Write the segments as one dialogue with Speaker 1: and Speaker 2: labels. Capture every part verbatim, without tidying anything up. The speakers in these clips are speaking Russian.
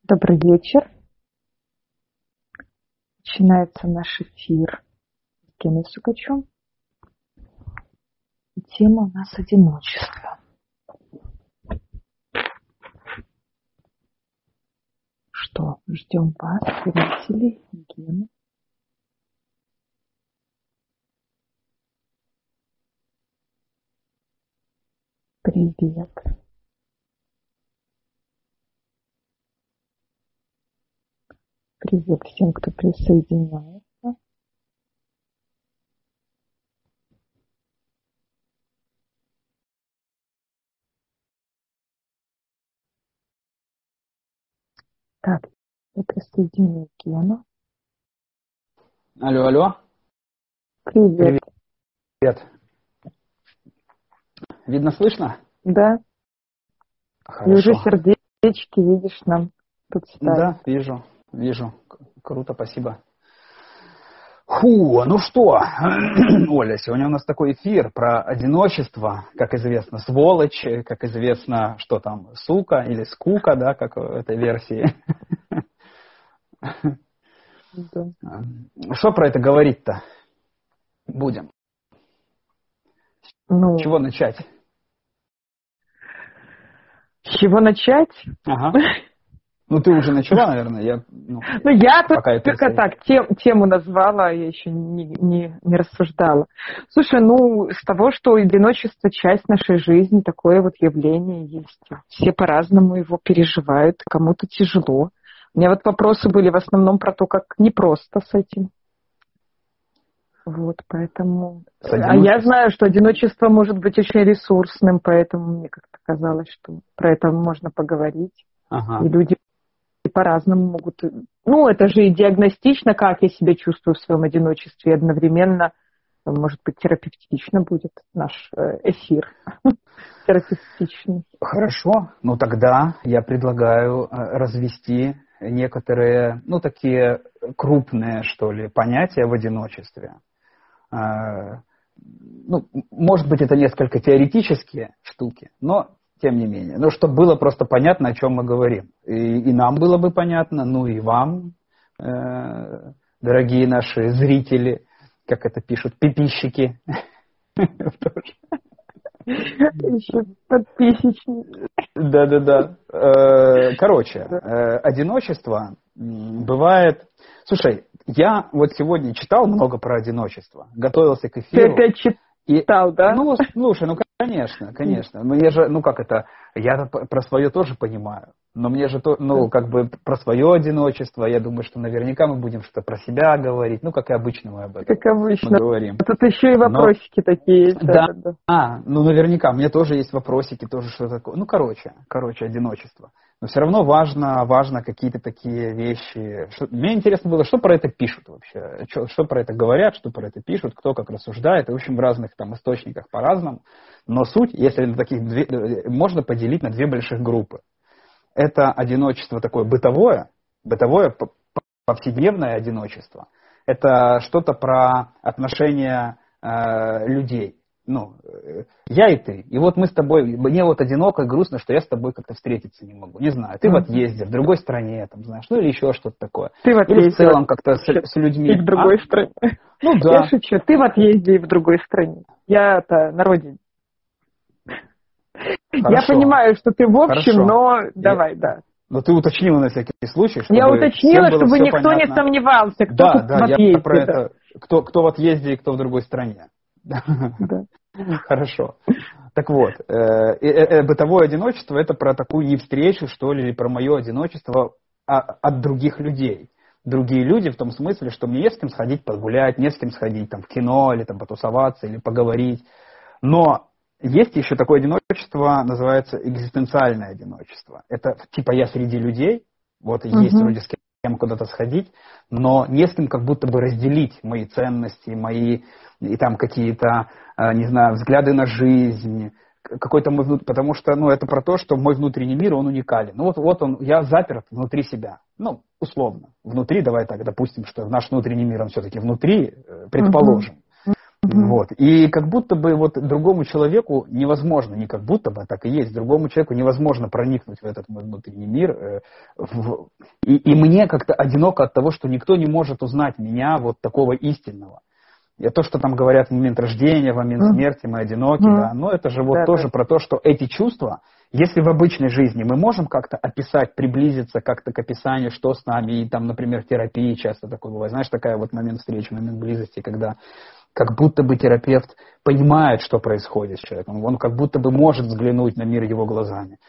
Speaker 1: Добрый вечер. Начинается наш эфир с Геной Сукачем. И тема у нас одиночество. Что, ждем вас, зрителей, Гены. Привет. Привет всем, кто присоединяется. Так, я присоединю Гену.
Speaker 2: Алло, алло.
Speaker 1: Привет.
Speaker 2: Привет. Видно, слышно?
Speaker 1: Да.
Speaker 2: Хорошо.
Speaker 1: И уже сердечки, видишь, нам тут ставят.
Speaker 2: Да, вижу, вижу. Круто, спасибо. Фу, ну что, Оля, сегодня у нас такой эфир про одиночество, как известно, сволочь, как известно, что там, сука или скука, да, как в этой версии.
Speaker 1: Да.
Speaker 2: Что про это говорить-то будем?
Speaker 1: Ну,
Speaker 2: С чего начать?
Speaker 1: С чего начать?
Speaker 2: Ага. Ну, ты уже начала, наверное. Я, ну,
Speaker 1: ну, я
Speaker 2: пока
Speaker 1: только так тем, тему назвала, я еще не, не, не рассуждала. Слушай, ну, с того, что одиночество часть нашей жизни, такое вот явление есть. Все по-разному его переживают, кому-то тяжело. У меня вот вопросы были в основном про то, как непросто с этим. Вот, поэтому... А я знаю, что одиночество может быть очень ресурсным, поэтому мне как-то казалось, что про это можно поговорить.
Speaker 2: Ага.
Speaker 1: И люди по-разному могут... Ну, это же и диагностично, как я себя чувствую в своем одиночестве. И одновременно, может быть, терапевтично будет наш эфир. Терапевтичный.
Speaker 2: Хорошо. Ну, тогда я предлагаю развести некоторые, ну, такие крупные, что ли, понятия в одиночестве. Ну, может быть, это несколько теоретические штуки, но тем не менее. Ну, чтобы было просто понятно, о чем мы говорим. И, и нам было бы понятно, ну и вам, э, дорогие наши зрители, как это пишут, подписчики.
Speaker 1: Еще подписчики.
Speaker 2: Да-да-да. Короче, одиночество бывает... Слушай, я вот сегодня читал много про одиночество, готовился к эфиру.
Speaker 1: Ты опять читал,
Speaker 2: и,
Speaker 1: да?
Speaker 2: Ну, слушай, ну, конечно, конечно. Мне же, ну, как это, я про свое тоже понимаю. Но мне же, то, ну, как бы про свое одиночество, я думаю, что наверняка мы будем что-то про себя говорить. Ну, как и обычно мы об этом
Speaker 1: как обычно.
Speaker 2: говорим.
Speaker 1: Тут еще и вопросики Но... такие есть.
Speaker 2: Да, да, а, ну, наверняка, мне тоже есть вопросики, тоже что такое. Ну, короче, короче, одиночество. Но все равно важно, важно какие-то такие вещи. Что... Мне интересно было, что про это пишут вообще, что, что про это говорят, что про это пишут, кто как рассуждает. И, в общем, в разных там источниках по-разному. Но суть, если на таких две, можно поделить на две больших группы. Это одиночество такое бытовое, бытовое повседневное одиночество. Это что-то про отношения э, людей. Ну, э, я и ты. И вот мы с тобой, мне вот одиноко и грустно, что я с тобой как-то встретиться не могу. Не знаю, ты mm-hmm. в отъезде, в другой стране, там, знаешь, ну или еще что-то такое.
Speaker 1: Ты в отъезде.
Speaker 2: Или в целом как-то с, с людьми.
Speaker 1: И в другой
Speaker 2: а?
Speaker 1: стране.
Speaker 2: Ну да.
Speaker 1: Я шучу, ты в отъезде и в другой стране. Я-то на родине.
Speaker 2: Хорошо.
Speaker 1: Я понимаю, что ты в общем,
Speaker 2: Хорошо.
Speaker 1: но давай,
Speaker 2: я...
Speaker 1: да.
Speaker 2: Но ты уточнила на всякий случай, чтобы
Speaker 1: я уточнила,
Speaker 2: всем было
Speaker 1: чтобы никто
Speaker 2: понятно.
Speaker 1: Не сомневался, кто
Speaker 2: да,
Speaker 1: тут
Speaker 2: да,
Speaker 1: в отъезде.
Speaker 2: Я про
Speaker 1: да.
Speaker 2: это, кто, кто в отъезде и кто в другой стране.
Speaker 1: Да.
Speaker 2: Хорошо. Так вот, э, э, э, бытовое одиночество – это про такую не встречу, что ли, или про мое одиночество от других людей. Другие люди в том смысле, что мне не с кем сходить погулять, не с кем сходить там, в кино, или там, потусоваться, или поговорить. Но есть еще такое одиночество, называется экзистенциальное одиночество. Это типа я среди людей, вот uh-huh. есть вроде с кем куда-то сходить, но не с кем как будто бы разделить мои ценности, мои и там какие-то, не знаю, взгляды на жизнь, какой-то мой внутренний, потому что, ну, это про то, что мой внутренний мир, он уникален. Ну, вот, вот он, я заперт внутри себя, ну, условно, внутри, давай так, допустим, что наш внутренний мир, он все-таки внутри, предположим. Uh-huh. Mm-hmm. Вот. И как будто бы вот другому человеку невозможно, не как будто бы, а так и есть, другому человеку невозможно проникнуть в этот мой внутренний мир. Э, в, и, и мне как-то одиноко от того, что никто не может узнать меня вот такого истинного. И то, что там говорят в момент рождения, в момент смерти, мы одиноки, mm. да, но это же вот да, тоже да. про то, что эти чувства, если в обычной жизни мы можем как-то описать, приблизиться как-то к описанию, что с нами, и там, например, в терапии часто такое бывает, знаешь, такая вот момент встречи, момент близости, когда как будто бы терапевт понимает, что происходит с человеком, он как будто бы может взглянуть на мир его глазами.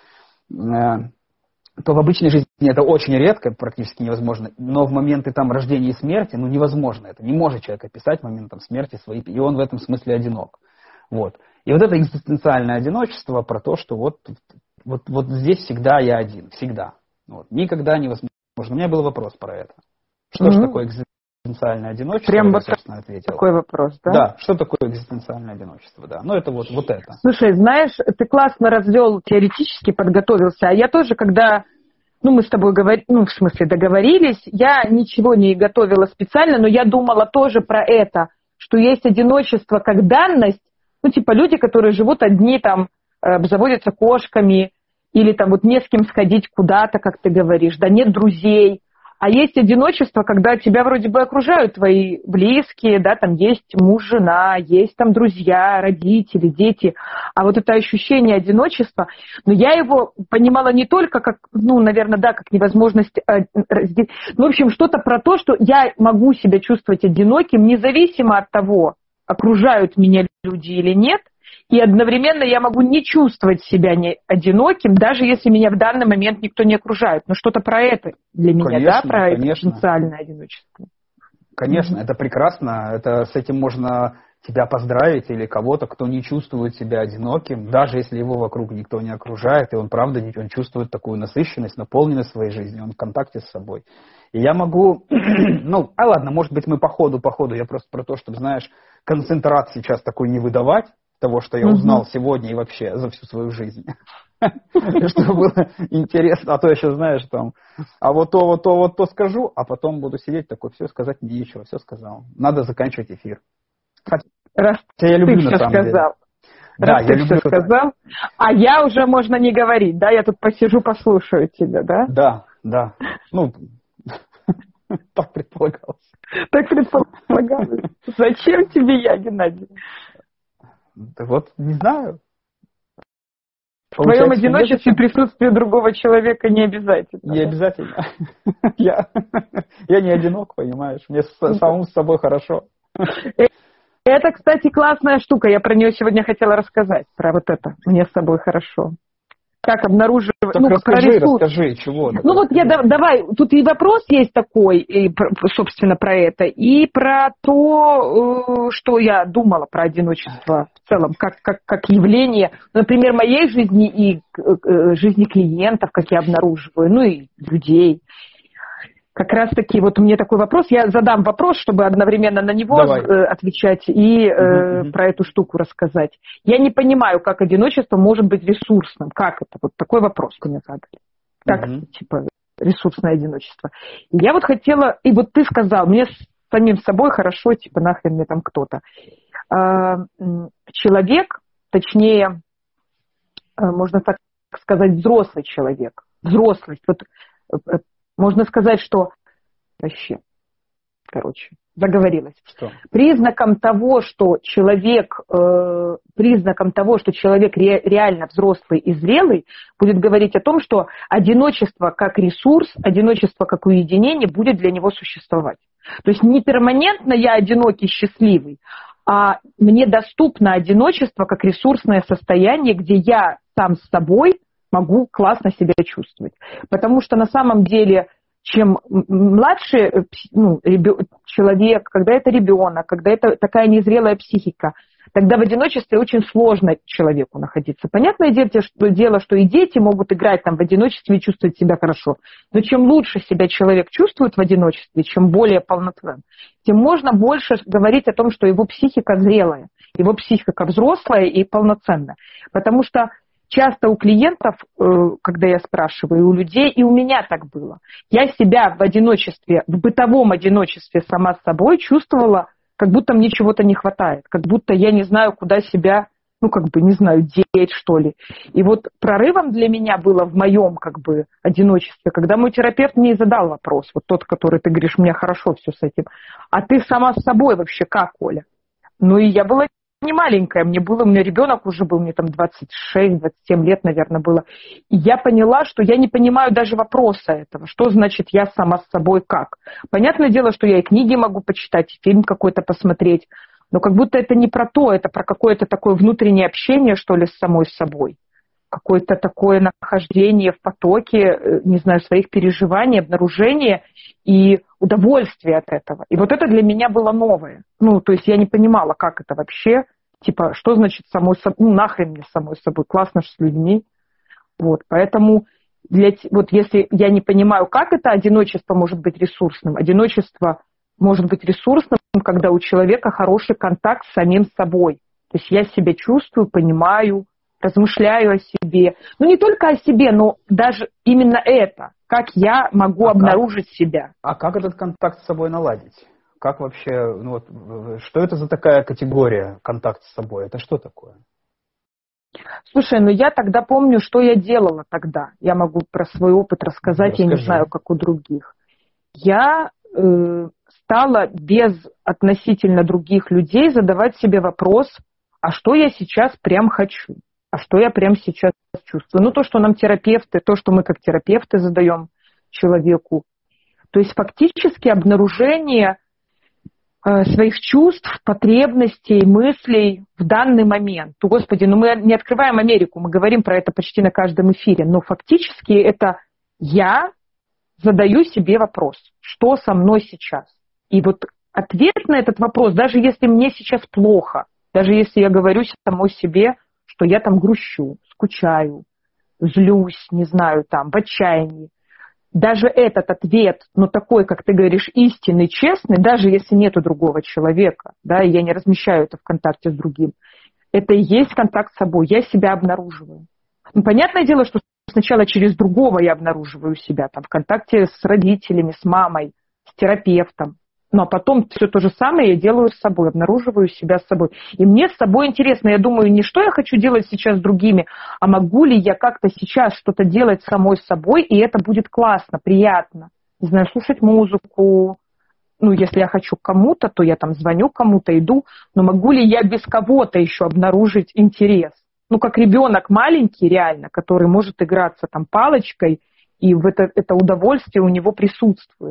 Speaker 2: То в обычной жизни это очень редко, практически невозможно, но в моменты там рождения и смерти, ну невозможно это, не может человек описать момент там, смерти своей, и он в этом смысле одинок. Вот. И вот это экзистенциальное одиночество про то, что вот, вот, вот здесь всегда я один, всегда. Вот. Никогда невозможно. У меня был вопрос про это. Что mm-hmm. же такое экзистенциальное одиночество?
Speaker 1: Прям
Speaker 2: я,
Speaker 1: вот
Speaker 2: ответил. Такой
Speaker 1: вопрос, да?
Speaker 2: Да, что такое экзистенциальное одиночество, да. Ну это вот, вот это.
Speaker 1: Слушай, знаешь, ты классно развел, теоретически подготовился, а я тоже, когда, ну мы с тобой говорили, ну в смысле договорились, я ничего не готовила специально, но я думала тоже про это, что есть одиночество как данность, ну типа люди, которые живут одни, там, обзаводятся кошками, или там вот не с кем сходить куда-то, как ты говоришь, да нет друзей. А есть одиночество, когда тебя вроде бы окружают твои близкие, да, там есть муж, жена, есть там друзья, родители, дети. А вот это ощущение одиночества, но я его понимала не только как, ну, наверное, да, как невозможность разделить. Ну, в общем, что-то про то, что я могу себя чувствовать одиноким, независимо от того, окружают меня люди или нет. И одновременно я могу не чувствовать себя не одиноким, даже если меня в данный момент никто не окружает. Но что-то про это для меня,
Speaker 2: конечно,
Speaker 1: да, про
Speaker 2: конечно.
Speaker 1: экзистенциальное одиночество.
Speaker 2: Конечно, mm-hmm. это прекрасно. Это, с этим можно тебя поздравить или кого-то, кто не чувствует себя одиноким, даже если его вокруг никто не окружает, и он, правда, он чувствует такую насыщенность, наполненность своей жизни, он в контакте с собой. И я могу, ну, а ладно, может быть, мы по ходу, по ходу, я просто про то, чтобы, знаешь, концентрат сейчас такой не выдавать, того, что я узнал mm-hmm. сегодня и вообще за всю свою жизнь. Чтобы было интересно, а то еще, знаешь, там, а вот то, вот то, вот то скажу, а потом буду сидеть такой, все, сказать нечего, все сказал. Надо заканчивать эфир.
Speaker 1: Раз я люблю, на самом деле. Раз ты все сказал, а я уже можно не говорить, да? Я тут посижу, послушаю тебя, да?
Speaker 2: Да, да. Ну, так предполагалось.
Speaker 1: Так предполагалось. Зачем тебе я, Геннадий?
Speaker 2: Да вот, не знаю.
Speaker 1: В твоем одиночестве присутствие другого человека не обязательно.
Speaker 2: Не да? обязательно. я, я не одинок, понимаешь. Мне с, самому с собой хорошо.
Speaker 1: Это, кстати, классная штука. Я про нее сегодня хотела рассказать. Про вот это. Мне с собой хорошо. Как обнаруживать...
Speaker 2: Так ну, расскажи, расскажи, чего?
Speaker 1: Ну вот я давай, тут и вопрос есть такой, и, собственно, про это, и про то, что я думала про одиночество в целом, как, как, как явление, например, моей жизни и жизни клиентов, как я обнаруживаю, ну и людей. Как раз таки, вот у меня такой вопрос, я задам вопрос, чтобы одновременно на него Давай. отвечать и э, uh-huh. про эту штуку рассказать. Я не понимаю, как одиночество может быть ресурсным. Как это? Вот такой вопрос ко мне задали. Как uh-huh. типа ресурсное одиночество? И я вот хотела, и вот ты сказал, мне с самим собой хорошо, типа нахрен мне там кто-то. А, человек, точнее, можно так сказать, взрослый человек, взрослость, вот можно сказать, что вообще, короче, заговорилась.
Speaker 2: Что?
Speaker 1: Признаком того, что человек, э, признаком того, что человек ре, реально взрослый и зрелый, будет говорить о том, что одиночество как ресурс, одиночество как уединение будет для него существовать. То есть не перманентно я одинокий, счастливый, а мне доступно одиночество как ресурсное состояние, где я сам с собой могу классно себя чувствовать. Потому что на самом деле, чем младше ну, ребё... человек, когда это ребенок, когда это такая незрелая психика, тогда в одиночестве очень сложно человеку находиться. Понятное дело, что и дети могут играть там в одиночестве и чувствовать себя хорошо. Но чем лучше себя человек чувствует в одиночестве, чем более полноценен, тем можно больше говорить о том, что его психика зрелая, его психика взрослая и полноценная. Потому что часто у клиентов, когда я спрашиваю, у людей, и у меня так было, я себя в одиночестве, в бытовом одиночестве сама с собой чувствовала как будто мне чего-то не хватает, как будто я не знаю, куда себя, ну, как бы, не знаю, деть, что ли. И вот прорывом для меня было в моем, как бы, одиночестве, когда мой терапевт мне задал вопрос, вот тот, который ты говоришь, у меня хорошо все с этим, а ты сама с собой вообще как, Оля? Ну, и я была не маленькая, мне было, у меня ребенок уже был, мне там двадцать шесть двадцать семь лет, наверное, было. И я поняла, что я не понимаю даже вопроса этого, что значит я сама с собой как. Понятное дело, что я и книги могу почитать, и фильм какой-то посмотреть, но как будто это не про то, это про какое-то такое внутреннее общение, что ли, с самой собой. Какое-то такое нахождение в потоке, не знаю, своих переживаний, обнаружения и удовольствия от этого. И вот это для меня было новое. Ну, то есть я не понимала, как это вообще, типа, что значит самой собой, ну, нахрен мне самой собой, классно же с людьми. Вот, поэтому, для, вот если я не понимаю, как это, одиночество может быть ресурсным, одиночество может быть ресурсным, когда у человека хороший контакт с самим собой. То есть я себя чувствую, понимаю, размышляю о себе. Ну, не только о себе, но даже именно это. Как я могу а обнаружить
Speaker 2: как,
Speaker 1: себя.
Speaker 2: А как этот контакт с собой наладить? Как вообще, ну вот, что это за такая категория контакт с собой? Это что такое?
Speaker 1: Слушай, ну я тогда помню, что я делала тогда. Я могу про свой опыт рассказать, Расскажи. Я не знаю, как у других. Я э, стала без относительно других людей задавать себе вопрос, а что я сейчас прям хочу? А что я прямо сейчас чувствую? Ну, то, что нам терапевты, то, что мы как терапевты задаем человеку. То есть фактически обнаружение э, своих чувств, потребностей, мыслей в данный момент. То, Господи, ну мы не открываем Америку, мы говорим про это почти на каждом эфире, но фактически это я задаю себе вопрос, что со мной сейчас? И вот ответ на этот вопрос, даже если мне сейчас плохо, даже если я говорю самой себе, что я там грущу, скучаю, злюсь, не знаю, там, в отчаянии. Даже этот ответ, ну, такой, как ты говоришь, истинный, честный, даже если нету другого человека, да, и я не размещаю это в контакте с другим, это и есть контакт с собой, я себя обнаруживаю. Ну, понятное дело, что сначала через другого я обнаруживаю себя, там, в контакте с родителями, с мамой, с терапевтом. Ну, а потом все то же самое я делаю с собой, обнаруживаю себя с собой. И мне с собой интересно, я думаю, не что я хочу делать сейчас с другими, а могу ли я как-то сейчас что-то делать самой с собой, и это будет классно, приятно. Не знаю, слушать музыку. Ну, если я хочу к кому-то, то я там звоню кому-то, иду. Но могу ли я без кого-то еще обнаружить интерес? Ну, как ребенок маленький реально, который может играться там палочкой, и в это, это удовольствие у него присутствует.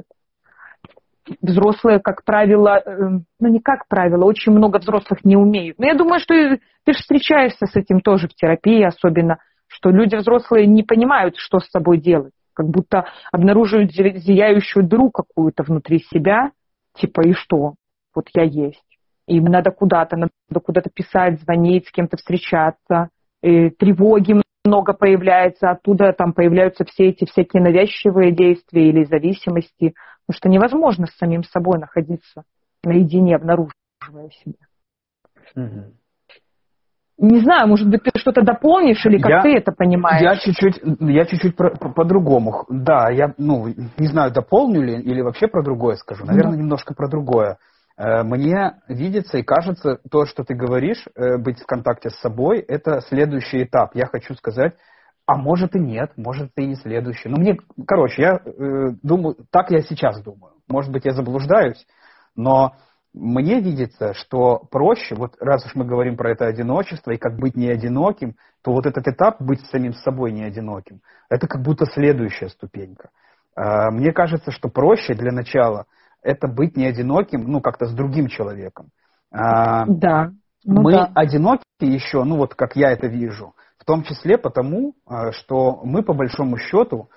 Speaker 1: Взрослые, как правило, ну не как правило, очень много взрослых не умеют. Но я думаю, что ты же встречаешься с этим тоже в терапии особенно, что люди взрослые не понимают, что с собой делать. Как будто обнаруживают зияющую дыру какую-то внутри себя, типа и что? Вот я есть. Им надо куда-то, надо куда-то писать, звонить, с кем-то встречаться. И тревоги много появляется, оттуда там появляются все эти всякие навязчивые действия или зависимости. Потому что невозможно с самим собой находиться наедине, обнаруживая себя.
Speaker 2: Угу.
Speaker 1: Не знаю, может быть, ты что-то дополнишь, или как
Speaker 2: я,
Speaker 1: ты это понимаешь?
Speaker 2: Я чуть-чуть, я чуть-чуть про, по- по-другому. Да, я, ну, не знаю, дополню ли, или вообще про другое скажу. Наверное, да. Немножко про другое. Мне видится и кажется, то, что ты говоришь, быть в контакте с собой, это следующий этап. Я хочу сказать, а может и нет, может и не следующий. Ну, мне, короче, я э, думаю, так я сейчас думаю. Может быть, я заблуждаюсь, но мне видится, что проще, вот раз уж мы говорим про это одиночество и как быть не одиноким, то вот этот этап быть самим собой не одиноким, это как будто следующая ступенька. Э, мне кажется, что проще для начала это быть не одиноким, ну, как-то с другим человеком. Э,
Speaker 1: да. Ну,
Speaker 2: мы
Speaker 1: да.
Speaker 2: одиноки еще, ну, вот как я это вижу, в том числе потому, что мы, по большому счету,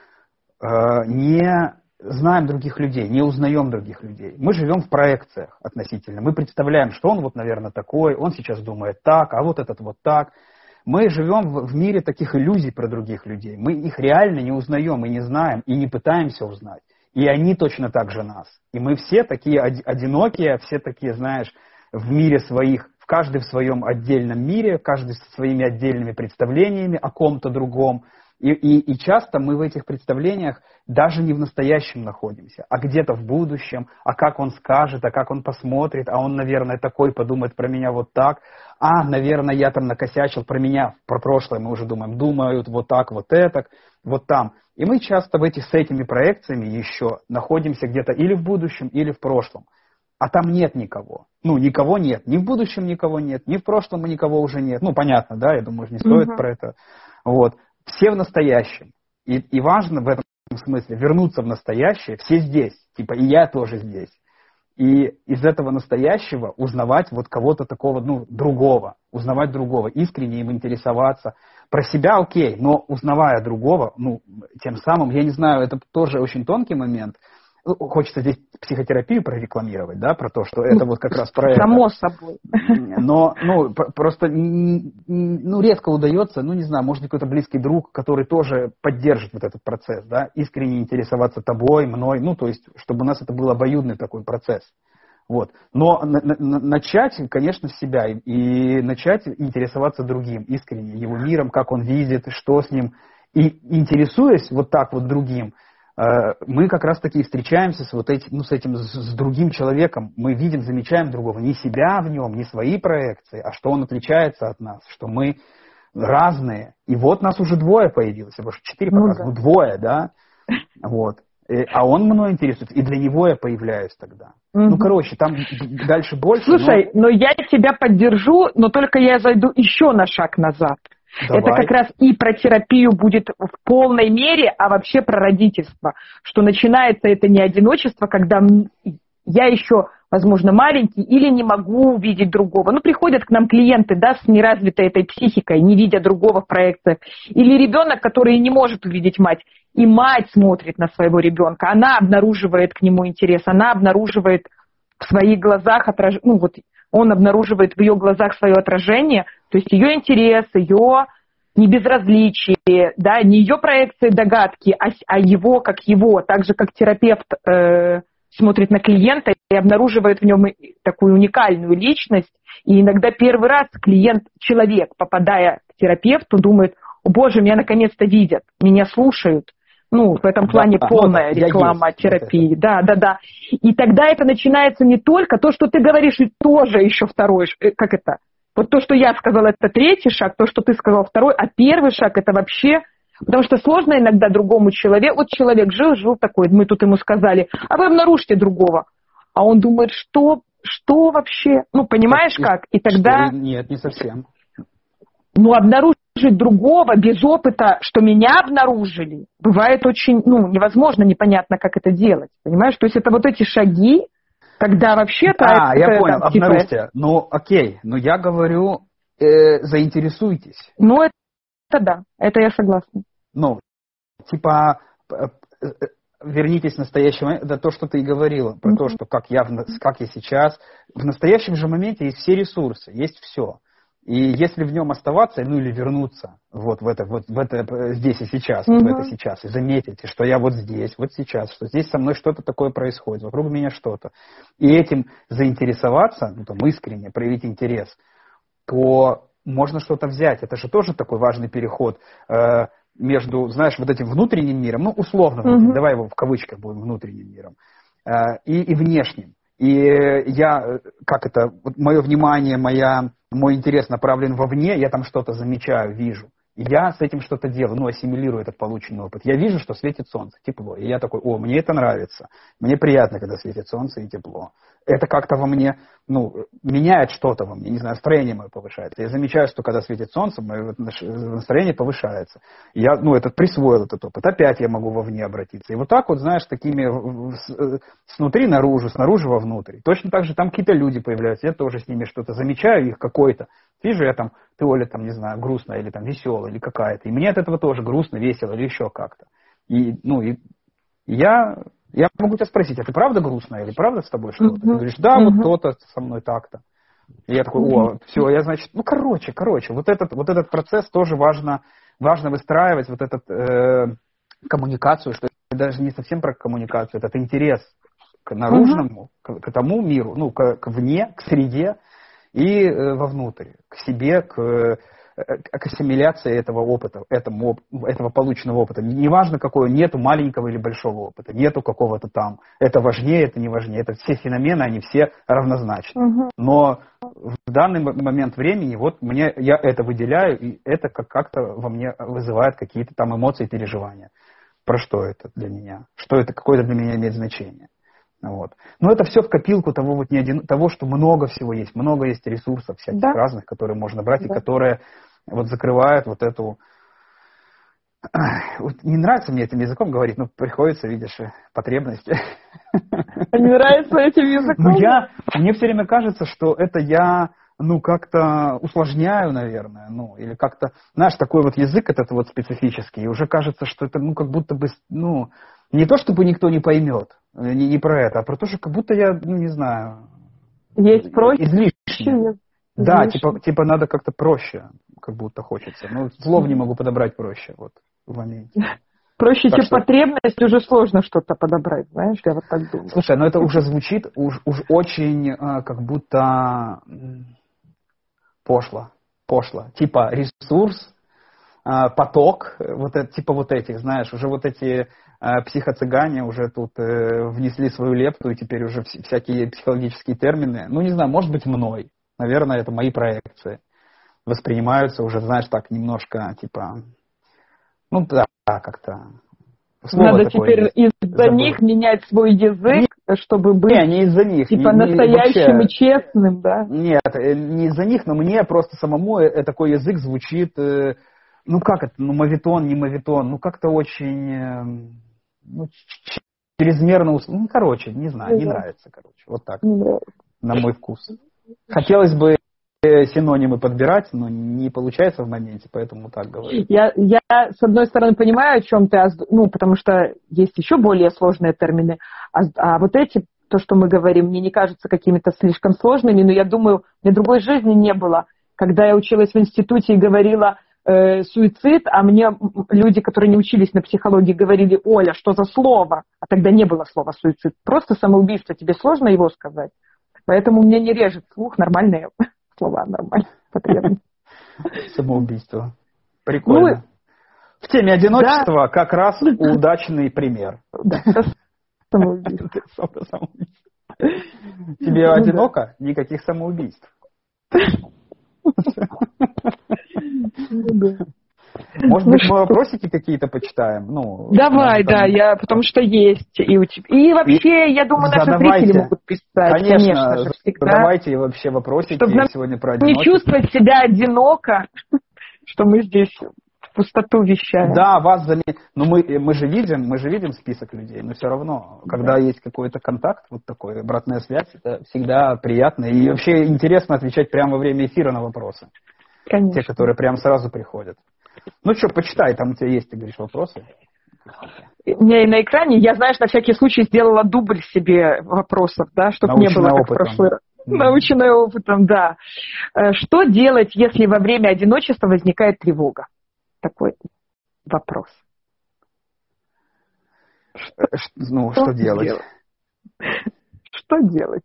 Speaker 2: не знаем других людей, не узнаем других людей. Мы живем в проекциях относительно. Мы представляем, что он вот, наверное, такой, он сейчас думает так, а вот этот вот так. Мы живем в мире таких иллюзий про других людей. Мы их реально не узнаем и не знаем, и не пытаемся узнать. И они точно так же нас. И мы все такие одинокие, все такие, знаешь, в мире своих, каждый в своем отдельном мире, каждый со своими отдельными представлениями о ком-то другом. И, и, и часто мы в этих представлениях даже не в настоящем находимся, а где-то в будущем, а как он скажет, а как он посмотрит, а он, наверное, такой подумает про меня вот так, а, наверное, я там накосячил, про меня, про прошлое мы уже думаем, думают вот так, вот это, вот там. И мы часто в этих, с этими проекциями еще находимся где-то или в будущем, или в прошлом. А там нет никого. Ну, никого нет. Ни в будущем никого нет, ни в прошлом никого уже нет. Ну, понятно, да, я думаю, не стоит uh-huh. про это. Вот. Все в настоящем. И, и важно в этом смысле вернуться в настоящее. Все здесь. Типа, и я тоже здесь. И из этого настоящего узнавать вот кого-то такого, ну, другого. Узнавать другого. Искренне им интересоваться. Про себя окей, но узнавая другого, ну, тем самым, я не знаю, это тоже очень тонкий момент. Хочется здесь психотерапию прорекламировать, да, про то, что это вот как раз про это.
Speaker 1: Само собой.
Speaker 2: Но, ну, просто, ну, редко удается, ну, не знаю, может быть, какой-то близкий друг, который тоже поддержит вот этот процесс, да, искренне интересоваться тобой, мной, ну, то есть, чтобы у нас это был обоюдный такой процесс. Вот. Но на, на, начать, конечно, с себя и, и начать интересоваться другим, искренне, его миром, как он видит, что с ним. И интересуясь вот так вот другим, мы как раз-таки встречаемся с вот этим, ну, с этим, с другим человеком. Мы видим, замечаем другого, не себя в нем, не свои проекции, а что он отличается от нас, что мы разные. И вот нас уже двое появилось, потому что четыре пока, ну, да. ну двое, да, вот. И, а он мной интересуется, и для него я появляюсь тогда. Угу. Ну, короче, там дальше больше.
Speaker 1: Слушай, но... но я тебя поддержу, но только я зайду еще на шаг назад. Давай. Это как раз и про терапию будет в полной мере, а вообще про родительство. Что начинается это не одиночество, когда я еще, возможно, маленький или не могу увидеть другого. Ну, приходят к нам клиенты, да, с неразвитой этой психикой, не видя другого в проекциях. Или ребенок, который не может увидеть мать. И мать смотрит на своего ребенка, она обнаруживает к нему интерес, она обнаруживает в своих глазах отражение, ну вот он обнаруживает в ее глазах свое отражение, то есть ее интерес, ее небезразличие, да, не ее проекции, догадки, а, а его как его, так же как терапевт э, смотрит на клиента и обнаруживает в нем такую уникальную личность, и иногда первый раз клиент, человек, попадая к терапевту, думает: о боже, меня наконец-то видят, меня слушают. Ну, в этом плане да, полная ну, реклама есть, терапии. Вот да, да, да. И тогда это начинается не только то, что ты говоришь, и тоже еще второй, как это? Вот то, что я сказала, это третий шаг, то, что ты сказал, второй, а первый шаг это вообще... Потому что сложно иногда другому человеку... Вот человек жил, жил такой, мы тут ему сказали, а вы обнаружьте другого. А он думает, что, что вообще? Ну, понимаешь так, как? И тогда...
Speaker 2: Что? Нет, не совсем.
Speaker 1: Ну, обнаружить другого без опыта, что меня обнаружили, бывает очень, ну, невозможно, непонятно, как это делать. Понимаешь? То есть это вот эти шаги, когда вообще-то...
Speaker 2: А,
Speaker 1: это,
Speaker 2: я понял,
Speaker 1: там,
Speaker 2: обнаружьте.
Speaker 1: Типа...
Speaker 2: Ну, окей, но я говорю, э, заинтересуйтесь.
Speaker 1: Ну, это, это да, это я согласна.
Speaker 2: Ну, типа, вернитесь в настоящий момент, это то, что ты и говорила, про mm-hmm. то, что как я, как я сейчас. В настоящем же моменте есть все ресурсы, есть все. И если в нем оставаться, ну или вернуться вот в это, вот в это здесь и сейчас, mm-hmm. вот в это сейчас, и заметите, что я вот здесь, вот сейчас, что здесь со мной что-то такое происходит, вокруг меня что-то. И этим заинтересоваться, ну там искренне проявить интерес, то можно что-то взять. Это же тоже такой важный переход э, между, знаешь, вот этим внутренним миром, ну условно, mm-hmm. давай его в кавычках будем внутренним миром, э, и, и внешним. И я, как это, вот мое внимание, моя, мой интерес направлен вовне, я там что-то замечаю, вижу. И я с этим что-то делаю, ну, ассимилирую этот полученный опыт. Я вижу, что светит солнце, тепло. И я такой: о, мне это нравится. Мне приятно, когда светит солнце и тепло. Это как-то во мне, ну, меняет что-то во мне, не знаю, настроение мое повышается. Я замечаю, что когда светит солнце, мое настроение повышается. И я, ну, этот присвоил этот опыт. Опять я могу вовне обратиться. И вот так вот, знаешь, такими снутри наружу, снаружи вовнутрь. Точно так же там какие-то люди появляются. Я тоже с ними что-то замечаю, их какой-то. Вижу я там, ты, Оля, там, не знаю, грустная или там веселая, или какая-то. И мне от этого тоже грустно, весело или еще как-то. И, ну, и я, я могу тебя спросить: а ты правда грустная или правда с тобой что-то? Mm-hmm. Ты говоришь: да, mm-hmm. вот то-то со мной так-то. И я такой: о, все, я, значит, ну, короче, короче, вот этот, вот этот процесс тоже важно, важно выстраивать, вот эту э, коммуникацию, что это даже не совсем про коммуникацию, это интерес к наружному, mm-hmm. к, к тому миру, ну, к, к вне, к среде, и э, вовнутрь, к себе, к, к ассимиляции этого опыта, этому, этого полученного опыта. Неважно какой, нету маленького или большого опыта, нету какого-то там, это важнее, это не важнее, это все феномены, они все равнозначны. Угу. Но в данный момент времени, вот мне, я это выделяю, и это как- как-то во мне вызывает какие-то там эмоции, переживания. Про что это для меня? Что это, какое это для меня имеет значение? Вот. Но это все в копилку того, вот не один, того, что много всего есть, много есть ресурсов всяких да. разных, которые можно брать, да. и которые вот закрывают вот эту... Вот не нравится мне этим языком говорить, но приходится, видишь, потребности.
Speaker 1: Не нравится этим языком?
Speaker 2: Ну, я, мне все время кажется, что это я, ну, как-то усложняю, наверное, ну, или как-то, знаешь, такой вот язык этот вот специфический, и уже кажется, что это, ну, как будто бы, ну, не то, чтобы никто не поймет, не, не про это, а про то, что как будто я, ну, не знаю...
Speaker 1: Есть проще.
Speaker 2: Излишне. Да, типа, типа надо как-то проще, как будто хочется. Ну, слов не могу подобрать проще, вот, в моменте.
Speaker 1: Проще, чем что... потребность, уже сложно что-то подобрать, знаешь, я вот так думаю.
Speaker 2: Слушай, ну это уже звучит уж, уж очень как будто пошло, пошло. Типа ресурс, поток, вот это, типа вот этих, знаешь, уже вот эти психоцыгане уже тут внесли свою лепту, и теперь уже всякие психологические термины, ну не знаю, может быть мной, наверное, это мои проекции, воспринимаются уже, знаешь, так немножко, типа, ну да, как-то...
Speaker 1: Слово Надо теперь есть. из-за Забыл. них менять свой язык, не, чтобы быть
Speaker 2: не, не из-за них.
Speaker 1: типа
Speaker 2: не,
Speaker 1: настоящим
Speaker 2: не,
Speaker 1: и честным, да?
Speaker 2: Нет, не из-за них, но мне просто самому такой язык звучит, ну как это, ну мавитон, не мавитон, ну как-то очень, ну, чрезмерно, ну короче, не знаю, не, не нравится, короче, вот так, на мой вкус. Хотелось бы синонимы подбирать, но не получается в моменте, поэтому так говорю.
Speaker 1: Я, я, с одной стороны, понимаю, о чем ты, ну, потому что есть еще более сложные термины, а, а вот эти, то, что мы говорим, мне не кажутся какими-то слишком сложными, но я думаю, у меня другой жизни не было. Когда я училась в институте и говорила э, суицид, а мне люди, которые не учились на психологии, говорили: Оля, что за слово? А тогда не было слова суицид, просто самоубийство, тебе сложно его сказать? Поэтому мне не режет слух, нормальные слова, нормально, потребно.
Speaker 2: Самоубийство. Прикольно. Ну, в теме одиночества да. как раз удачный пример.
Speaker 1: Да, самоубийство.
Speaker 2: Тебе ну, одиноко? Да. Никаких самоубийств. Может быть, мы вопросики какие-то почитаем? Ну,
Speaker 1: давай, да, я, потому что есть. И, у тебя. и вообще, и я думаю, наши зрители могут писать.
Speaker 2: Конечно, конечно всегда. Задавайте вообще вопросики
Speaker 1: чтобы нам
Speaker 2: сегодня про одиночество.
Speaker 1: Не чувствовать себя одиноко, что мы здесь в пустоту вещаем.
Speaker 2: Да, вас заметили. Но мы, мы же видим, мы же видим список людей, но все равно, когда да. есть какой-то контакт, вот такой, обратная связь, это всегда приятно. И вообще интересно отвечать прямо во время эфира на вопросы.
Speaker 1: Конечно.
Speaker 2: Те, которые прям сразу приходят. Ну что, почитай, там у тебя есть, ты говоришь, вопросы.
Speaker 1: У меня и на экране, я, знаешь, на всякий случай сделала дубль себе вопросов, да, чтобы не было как в прошлый раз. Mm-hmm. Наученная опытом, да. Что делать, если во время одиночества возникает тревога? Такой вопрос.
Speaker 2: Что, ну, что, что делать? делать?
Speaker 1: Что делать?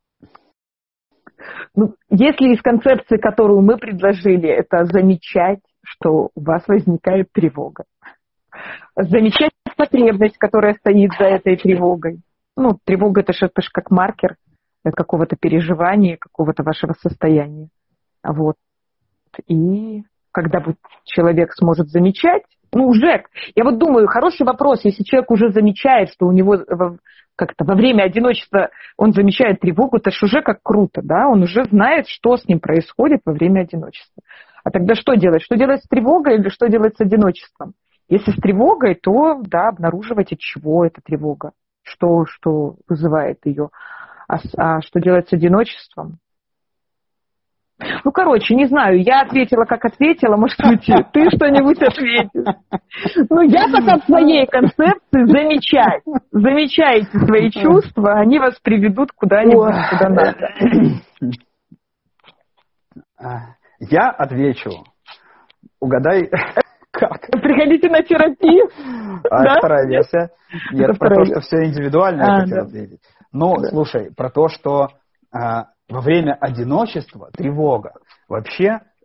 Speaker 1: Ну, если из концепции, которую мы предложили, это замечать, что у вас возникает тревога. Замечать потребность, которая стоит за этой тревогой. Ну, тревога это же, это же как маркер какого-то переживания, какого-то вашего состояния. Вот. И когда вот человек сможет замечать, ну, уже, я вот думаю, хороший вопрос, если человек уже замечает, что у него как-то во время одиночества он замечает тревогу, это же уже как круто, да, он уже знает, что с ним происходит во время одиночества. А тогда что делать? Что делать с тревогой или что делать с одиночеством? Если с тревогой, то, да, обнаруживать, от чего эта тревога, что, что вызывает ее. А, а что делать с одиночеством? Ну, короче, не знаю, я ответила, как ответила, может быть, ты что-нибудь ответишь. Ну, я пока в своей концепции замечать. Замечайте свои чувства, они вас приведут куда-нибудь, куда надо.
Speaker 2: Я отвечу. Угадай, как.
Speaker 1: Приходите на терапию.
Speaker 2: А, да? Вторая версия. Нет, это про то, что все индивидуально,
Speaker 1: а,
Speaker 2: я хотел
Speaker 1: да.
Speaker 2: ответить. Ну, да. Слушай, про то, что а, во время одиночества тревога. Вообще,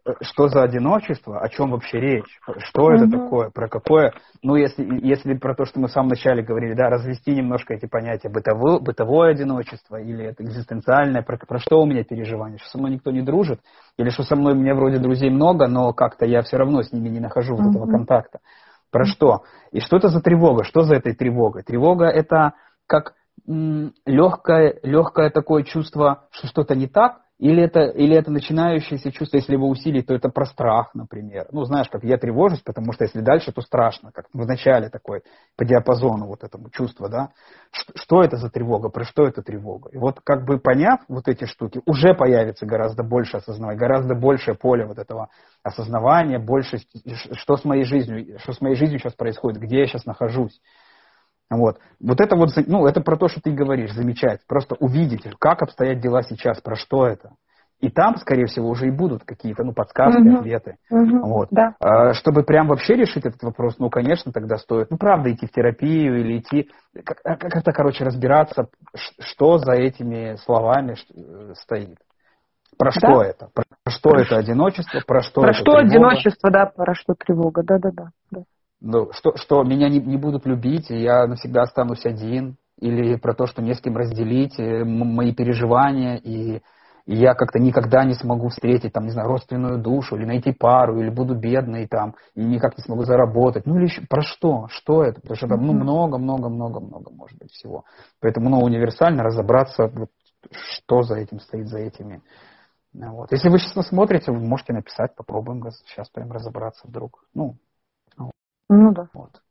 Speaker 2: что за одиночество, о чем вообще речь, что это
Speaker 1: Мгм.
Speaker 2: такое, про какое, ну, если, если про то, что мы в самом начале говорили, да, развести немножко эти понятия, бытовое, бытовое одиночество или это экзистенциальное, про, про что у меня переживания, что со мной никто не дружит, или что со мной, у меня вроде друзей много, но как-то я все равно с ними не нахожу вот этого
Speaker 1: Мгм.
Speaker 2: контакта. Про что? И что это за тревога? Что за этой тревогой? Тревога это как м, легкое, легкое такое чувство, что что-то не так, или это, или это начинающееся чувство, если его усилить, то это про страх, например. Ну, знаешь, как я тревожусь, потому что если дальше, то страшно, как в начале такой, по диапазону вот этому чувства, да. Ш- Что это за тревога, про что это тревога? И вот как бы поняв вот эти штуки, уже появится гораздо больше осознавания, гораздо большее поле вот этого осознавания, больше, что с моей жизнью, что с моей жизнью сейчас происходит, где я сейчас нахожусь. Вот. Вот это вот, ну, это про то, что ты говоришь, замечать, просто увидеть, как обстоят дела сейчас, про что это. И там, скорее всего, уже и будут какие-то, ну, подсказки,
Speaker 1: Мгм.
Speaker 2: ответы.
Speaker 1: Мгм.
Speaker 2: Вот.
Speaker 1: Да.
Speaker 2: А чтобы прям вообще решить этот вопрос, ну, конечно, тогда стоит, ну, правда, идти в терапию или идти, как- как-то, короче, разбираться, ш- что за этими словами ш- э, стоит. Про что
Speaker 1: Да?
Speaker 2: это? Про что
Speaker 1: Про,
Speaker 2: это
Speaker 1: ш-
Speaker 2: одиночество, про что
Speaker 1: про
Speaker 2: это
Speaker 1: что
Speaker 2: тревога.
Speaker 1: одиночество, да, про что тревога. Да-да-да. Да.
Speaker 2: Ну, что, что меня не, не будут любить, и я навсегда останусь один, или про то, что не с кем разделить э, м- мои переживания, и, и я как-то никогда не смогу встретить, там, не знаю, родственную душу, или найти пару, или буду бедный, там, и никак не смогу заработать. Ну, или еще, про что? Что это? Потому что там, ну,
Speaker 1: Мгм.
Speaker 2: много-много-много-много, может быть, всего. Поэтому, ну, универсально разобраться, вот, что за этим стоит, за этими. Ну, вот. Если вы сейчас смотрите, вы можете написать, попробуем раз- сейчас прям разобраться вдруг. Ну,
Speaker 1: Ну да.
Speaker 2: вот.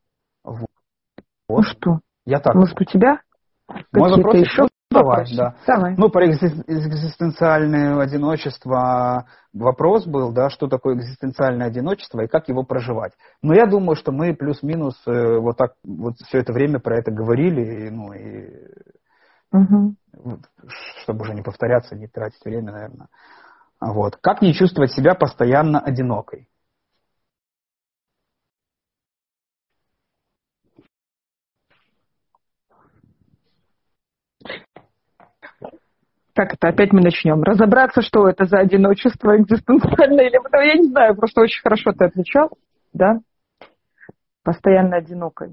Speaker 1: Ну
Speaker 2: Вот.
Speaker 1: что,
Speaker 2: Я так
Speaker 1: может, у
Speaker 2: думаю.
Speaker 1: тебя
Speaker 2: Мой
Speaker 1: какие-то
Speaker 2: вопросик,
Speaker 1: еще
Speaker 2: ну давай,
Speaker 1: вопросы?
Speaker 2: да.
Speaker 1: Давай.
Speaker 2: Ну, про экзи- экзистенциальное одиночество вопрос был, да, что такое экзистенциальное одиночество и как его проживать. Но я думаю, что мы плюс-минус э, вот так вот все это время про это говорили, и, ну и
Speaker 1: Мгм.
Speaker 2: вот, чтобы уже не повторяться, не тратить время, наверное. Вот. Как не чувствовать себя постоянно одинокой?
Speaker 1: Как это? Опять мы начнем. Разобраться, что это за одиночество экзистенциальное или потом, я не знаю, просто очень хорошо ты отвечал, да? Постоянно одинокой.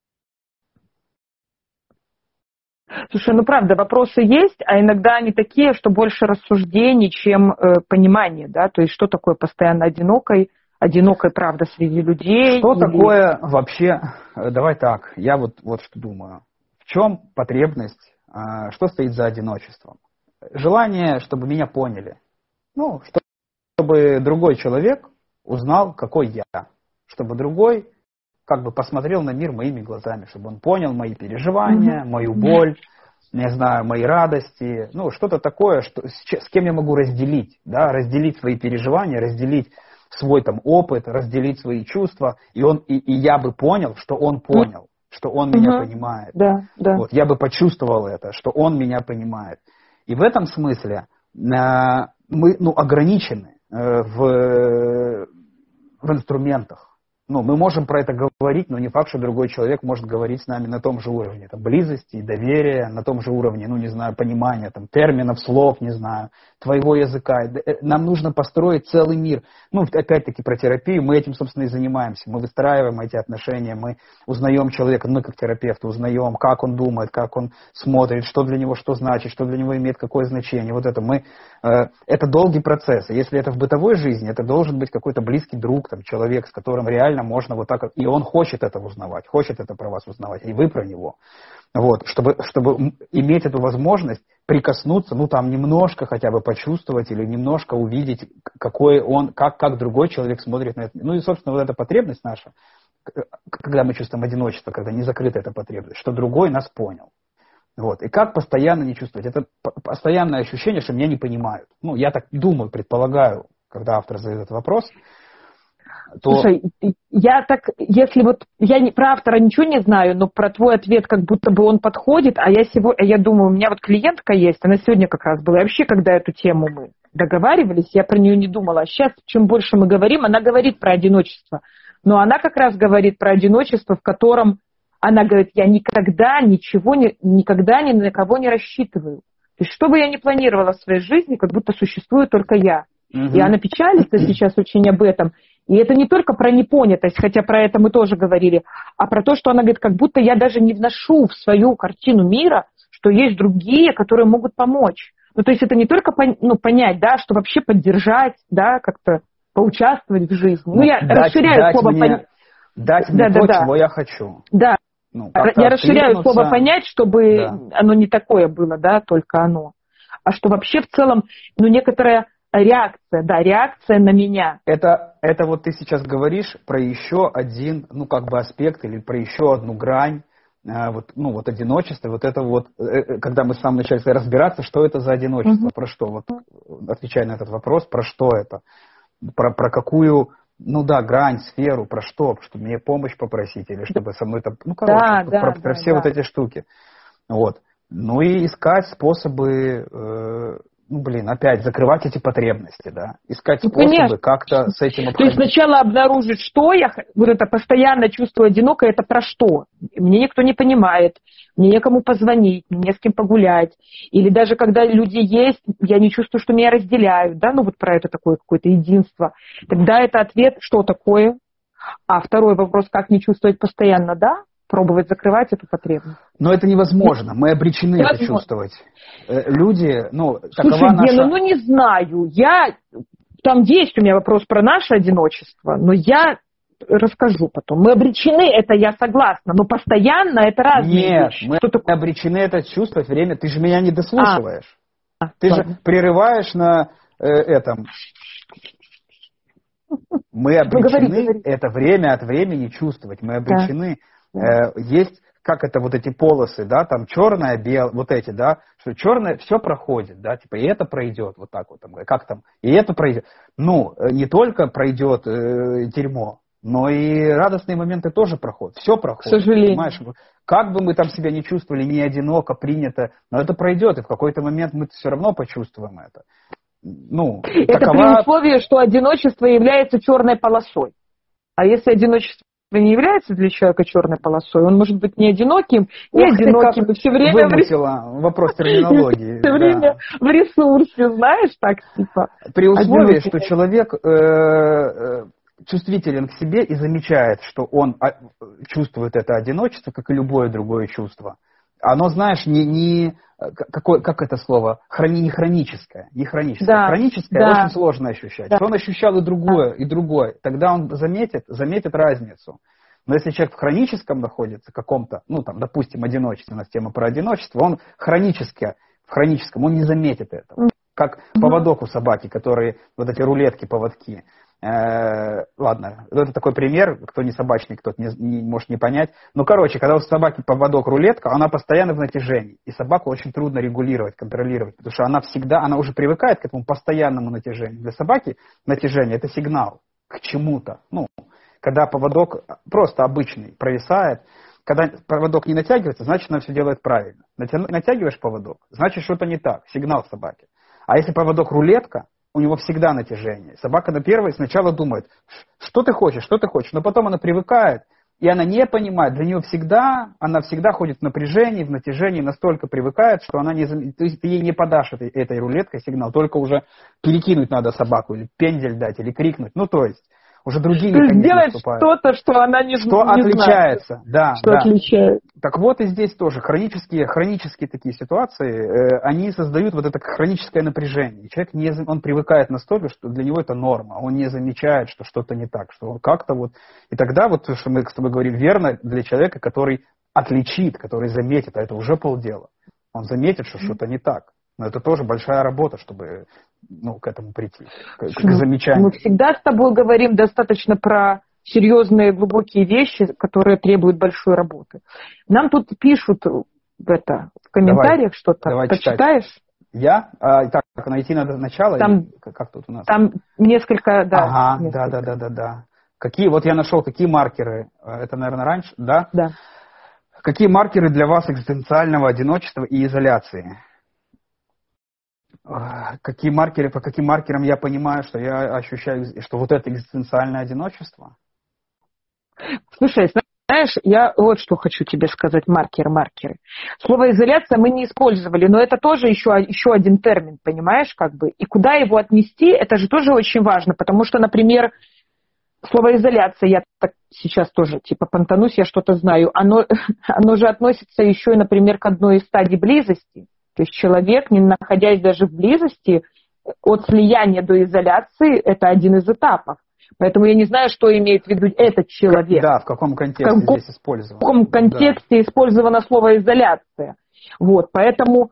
Speaker 1: Слушай, ну правда, вопросы есть, а иногда они такие, что больше рассуждений, чем э, понимание, да, то есть что такое постоянно одинокой, одинокой, правда, среди людей.
Speaker 2: Что
Speaker 1: Или...
Speaker 2: такое вообще, э, давай так, я вот, вот что думаю. В чем потребность, а, что стоит за одиночеством? Желание, чтобы меня поняли. Ну, чтобы другой человек узнал, какой я. Чтобы другой как бы посмотрел на мир моими глазами, чтобы он понял мои переживания,
Speaker 1: Мгм.
Speaker 2: мою боль, не знаю, мои радости, ну, что-то такое, что, с, че- с кем я могу разделить, да, разделить свои переживания, разделить свой там опыт, разделить свои чувства, и, он, и, и я бы понял, что он понял, что он меня
Speaker 1: Мгм.
Speaker 2: понимает.
Speaker 1: Да, да.
Speaker 2: Вот, я бы почувствовал это, что он меня понимает. И в этом смысле э, мы ну, ограничены э, в, в инструментах. Ну, мы можем про это говорить, но не факт, что другой человек может говорить с нами на том же уровне там, близости, доверия, на том же уровне, ну, не знаю, понимания там, терминов, слов, не знаю, твоего языка. Нам нужно построить целый мир. Ну, опять-таки про терапию, мы этим, собственно, и занимаемся. Мы выстраиваем эти отношения, мы узнаем человека, мы как терапевты узнаем, как он думает, как он смотрит, что для него что значит, что для него имеет какое значение. Вот это мы, э, это долгий процесс. Если это в бытовой жизни, это должен быть какой-то близкий друг, там, человек, с которым реально можно вот так, и он хочет это узнавать, хочет это про вас узнавать, и вы про него. Вот, чтобы, чтобы иметь эту возможность прикоснуться, ну там немножко хотя бы почувствовать или немножко увидеть, какой он, как, как другой человек смотрит на это. Ну и, собственно, вот эта потребность наша, когда мы чувствуем одиночество, когда не закрыта эта потребность, что другой нас понял. Вот. И как постоянно не чувствовать? Это постоянное ощущение, что меня не понимают. Ну, я так думаю, предполагаю, когда автор задает этот вопрос, то...
Speaker 1: Слушай, я так, если вот, я не, про автора ничего не знаю, но про твой ответ как будто бы он подходит, а я сегодня, я думаю, у меня вот клиентка есть, она сегодня как раз была, и вообще, когда эту тему мы договаривались, я про нее не думала, а сейчас, чем больше мы говорим, она говорит про одиночество, но она как раз говорит про одиночество, в котором она говорит, я никогда ничего, не, никогда ни на кого не рассчитываю. То есть, что бы я ни планировала в своей жизни, как будто существую только я. Угу. И она печалится сейчас очень об этом. И это не только про непонятость, хотя про это мы тоже говорили, а про то, что она говорит, как будто я даже не вношу в свою картину мира, что есть другие, которые могут помочь. Ну, то есть это не только ну, понять, да, что вообще поддержать, да, как-то поучаствовать в жизни. Ну, я
Speaker 2: дать,
Speaker 1: расширяю
Speaker 2: дать
Speaker 1: слово
Speaker 2: мне,
Speaker 1: понять.
Speaker 2: Дать мне
Speaker 1: да,
Speaker 2: то,
Speaker 1: да,
Speaker 2: чего
Speaker 1: да.
Speaker 2: я хочу.
Speaker 1: Да.
Speaker 2: Ну,
Speaker 1: я расширяю
Speaker 2: откликнуться.
Speaker 1: слово понять, чтобы
Speaker 2: да.
Speaker 1: оно не такое было, да, только оно. А что вообще в целом, ну, некоторая реакция, да, реакция на меня.
Speaker 2: Это, это вот ты сейчас говоришь про еще один, ну, как бы аспект или про еще одну грань, э, вот, ну, вот одиночество, вот это вот, э, когда мы в самом начале стали разбираться, что это за одиночество, угу. про что, вот, отвечая на этот вопрос, про что это, про, про какую, ну, да, грань, сферу, про что, чтобы мне помощь попросить или чтобы со мной, ну, короче,
Speaker 1: да,
Speaker 2: про,
Speaker 1: да,
Speaker 2: про,
Speaker 1: да,
Speaker 2: про все
Speaker 1: да.
Speaker 2: вот эти штуки, вот. Ну и искать способы, э, ну, блин, опять закрывать эти потребности, да, искать
Speaker 1: ну,
Speaker 2: способы
Speaker 1: конечно.
Speaker 2: как-то с этим обходить.
Speaker 1: То есть сначала обнаружить, что я, вот это постоянно чувство одиноко, это про что? Мне никто не понимает, мне некому позвонить, мне не с кем погулять. Или даже когда люди есть, я не чувствую, что меня разделяют, да, ну вот про это такое какое-то единство. Тогда это ответ, что такое? А второй вопрос, как не чувствовать постоянно, да? Пробовать закрывать эту потребность.
Speaker 2: Но это невозможно, мы обречены
Speaker 1: невозможно.
Speaker 2: это чувствовать. Люди, ну,
Speaker 1: Слушай,
Speaker 2: такова наша...
Speaker 1: Гена, ну не знаю, я... Там есть у меня вопрос про наше одиночество, но я расскажу потом. Мы обречены, это я согласна, но постоянно это разные
Speaker 2: Нет,
Speaker 1: вещи.
Speaker 2: мы
Speaker 1: Что такое?
Speaker 2: обречены это чувствовать время, ты же меня не дослушиваешь.
Speaker 1: А,
Speaker 2: ты
Speaker 1: ладно.
Speaker 2: же прерываешь на э, этом... Мы обречены
Speaker 1: ну, говори, говори.
Speaker 2: это время от времени чувствовать. Мы обречены. Да. Э, есть, как это вот эти полосы, да, там черное, белое, вот эти, да, что черное все проходит, да, типа и это пройдет, вот так вот, там, как там, и это пройдет. Ну, не только пройдет э, дерьмо, но и радостные моменты тоже проходят. Все проходит.
Speaker 1: К сожалению.
Speaker 2: Понимаешь? Как бы мы там себя не чувствовали, не одиноко, принято, но это пройдет, и в какой-то момент мы все равно почувствуем это. Ну,
Speaker 1: это
Speaker 2: такова...
Speaker 1: при условии, что одиночество является черной полосой. А если одиночество не является для человека черной полосой, он может быть не одиноким, не
Speaker 2: Ох,
Speaker 1: одиноким, и все время
Speaker 2: вымутила в... вопрос терминологии.
Speaker 1: Все время в ресурсе, знаешь, так типа.
Speaker 2: При условии, что человек чувствителен к себе и замечает, что он чувствует это одиночество, как и любое другое чувство. Оно, знаешь, не, не какое, как это слово, Хрони, не хроническое, не хроническое.
Speaker 1: Да,
Speaker 2: хроническое да. очень сложно ощущать. Да. Он ощущал и другое, да. и другое. Тогда он заметит, заметит разницу. Но если человек в хроническом находится, каком-то, ну там, допустим, одиночестве, у нас тема про одиночество, он хронически, в хроническом, он не заметит этого. Как поводок у собаки, которые, вот эти рулетки, поводки. Э, ладно, это такой пример, кто не собачник, кто не, не может не понять. Ну, короче, когда у собаки поводок рулетка, она постоянно в натяжении. И собаку очень трудно регулировать, контролировать, потому что она всегда, она уже привыкает к этому постоянному натяжению. Для собаки натяжение – это сигнал к чему-то. Ну, когда поводок просто обычный провисает, когда поводок не натягивается, значит, она все делает правильно. Натягиваешь поводок, значит, что-то не так, сигнал собаки. А если поводок рулетка, у него всегда натяжение. Собака на первой сначала думает, что ты хочешь, что ты хочешь, но потом она привыкает, и она не понимает, для нее всегда, она всегда ходит в напряжении, в натяжении, настолько привыкает, что она не, то есть ты ей не подашь этой, этой рулеткой сигнал, только уже перекинуть надо собаку, или пендель дать, или крикнуть, ну то есть уже другие механизмы
Speaker 1: сделать
Speaker 2: вступают.
Speaker 1: Что-то, что она не
Speaker 2: Что
Speaker 1: не
Speaker 2: отличается,
Speaker 1: знает,
Speaker 2: да,
Speaker 1: что
Speaker 2: да.
Speaker 1: отличает.
Speaker 2: Так вот и здесь тоже хронические, хронические такие ситуации, э, они создают вот это хроническое напряжение. И человек не, он привыкает настолько, что для него это норма, он не замечает, что что-то не так, что он как-то вот... И тогда вот, что мы с тобой говорим, верно для человека, который отличит, который заметит, а это уже полдела. Он заметит, что что-то не так. Но это тоже большая работа, чтобы ну, к этому прийти, к, к замечанию.
Speaker 1: Мы всегда с тобой говорим достаточно про серьезные, глубокие вещи, которые требуют большой работы. Нам тут пишут в, это, в комментариях давай, что-то.
Speaker 2: Давай
Speaker 1: Почитаешь?
Speaker 2: Читать. Я? А, так, найти надо начало?
Speaker 1: Там,
Speaker 2: или как тут у нас?
Speaker 1: Там несколько, да.
Speaker 2: Ага,
Speaker 1: несколько.
Speaker 2: да, да, да, да, да. Какие, вот я нашел, какие маркеры, это, наверное, раньше, да?
Speaker 1: Да.
Speaker 2: Какие маркеры для вас экзистенциального одиночества и изоляции? Какие маркеры, по каким маркерам я понимаю, что я ощущаю, что вот это экзистенциальное одиночество?
Speaker 1: Слушай, знаешь, я вот что хочу тебе сказать, маркеры, маркеры. Слово изоляция мы не использовали, но это тоже еще, еще один термин, понимаешь, как бы. И куда его отнести, это же тоже очень важно, потому что, например, слово изоляция, я так сейчас тоже типа понтанусь, я что-то знаю, оно, оно же относится еще, например, к одной из стадий близости. То есть человек, не находясь даже в близости, от слияния до изоляции, это один из этапов. Поэтому я не знаю, что имеет в виду этот человек.
Speaker 2: Да, в каком контексте в каком, здесь использовано.
Speaker 1: В каком контексте да. использовано слово изоляция. Вот, поэтому,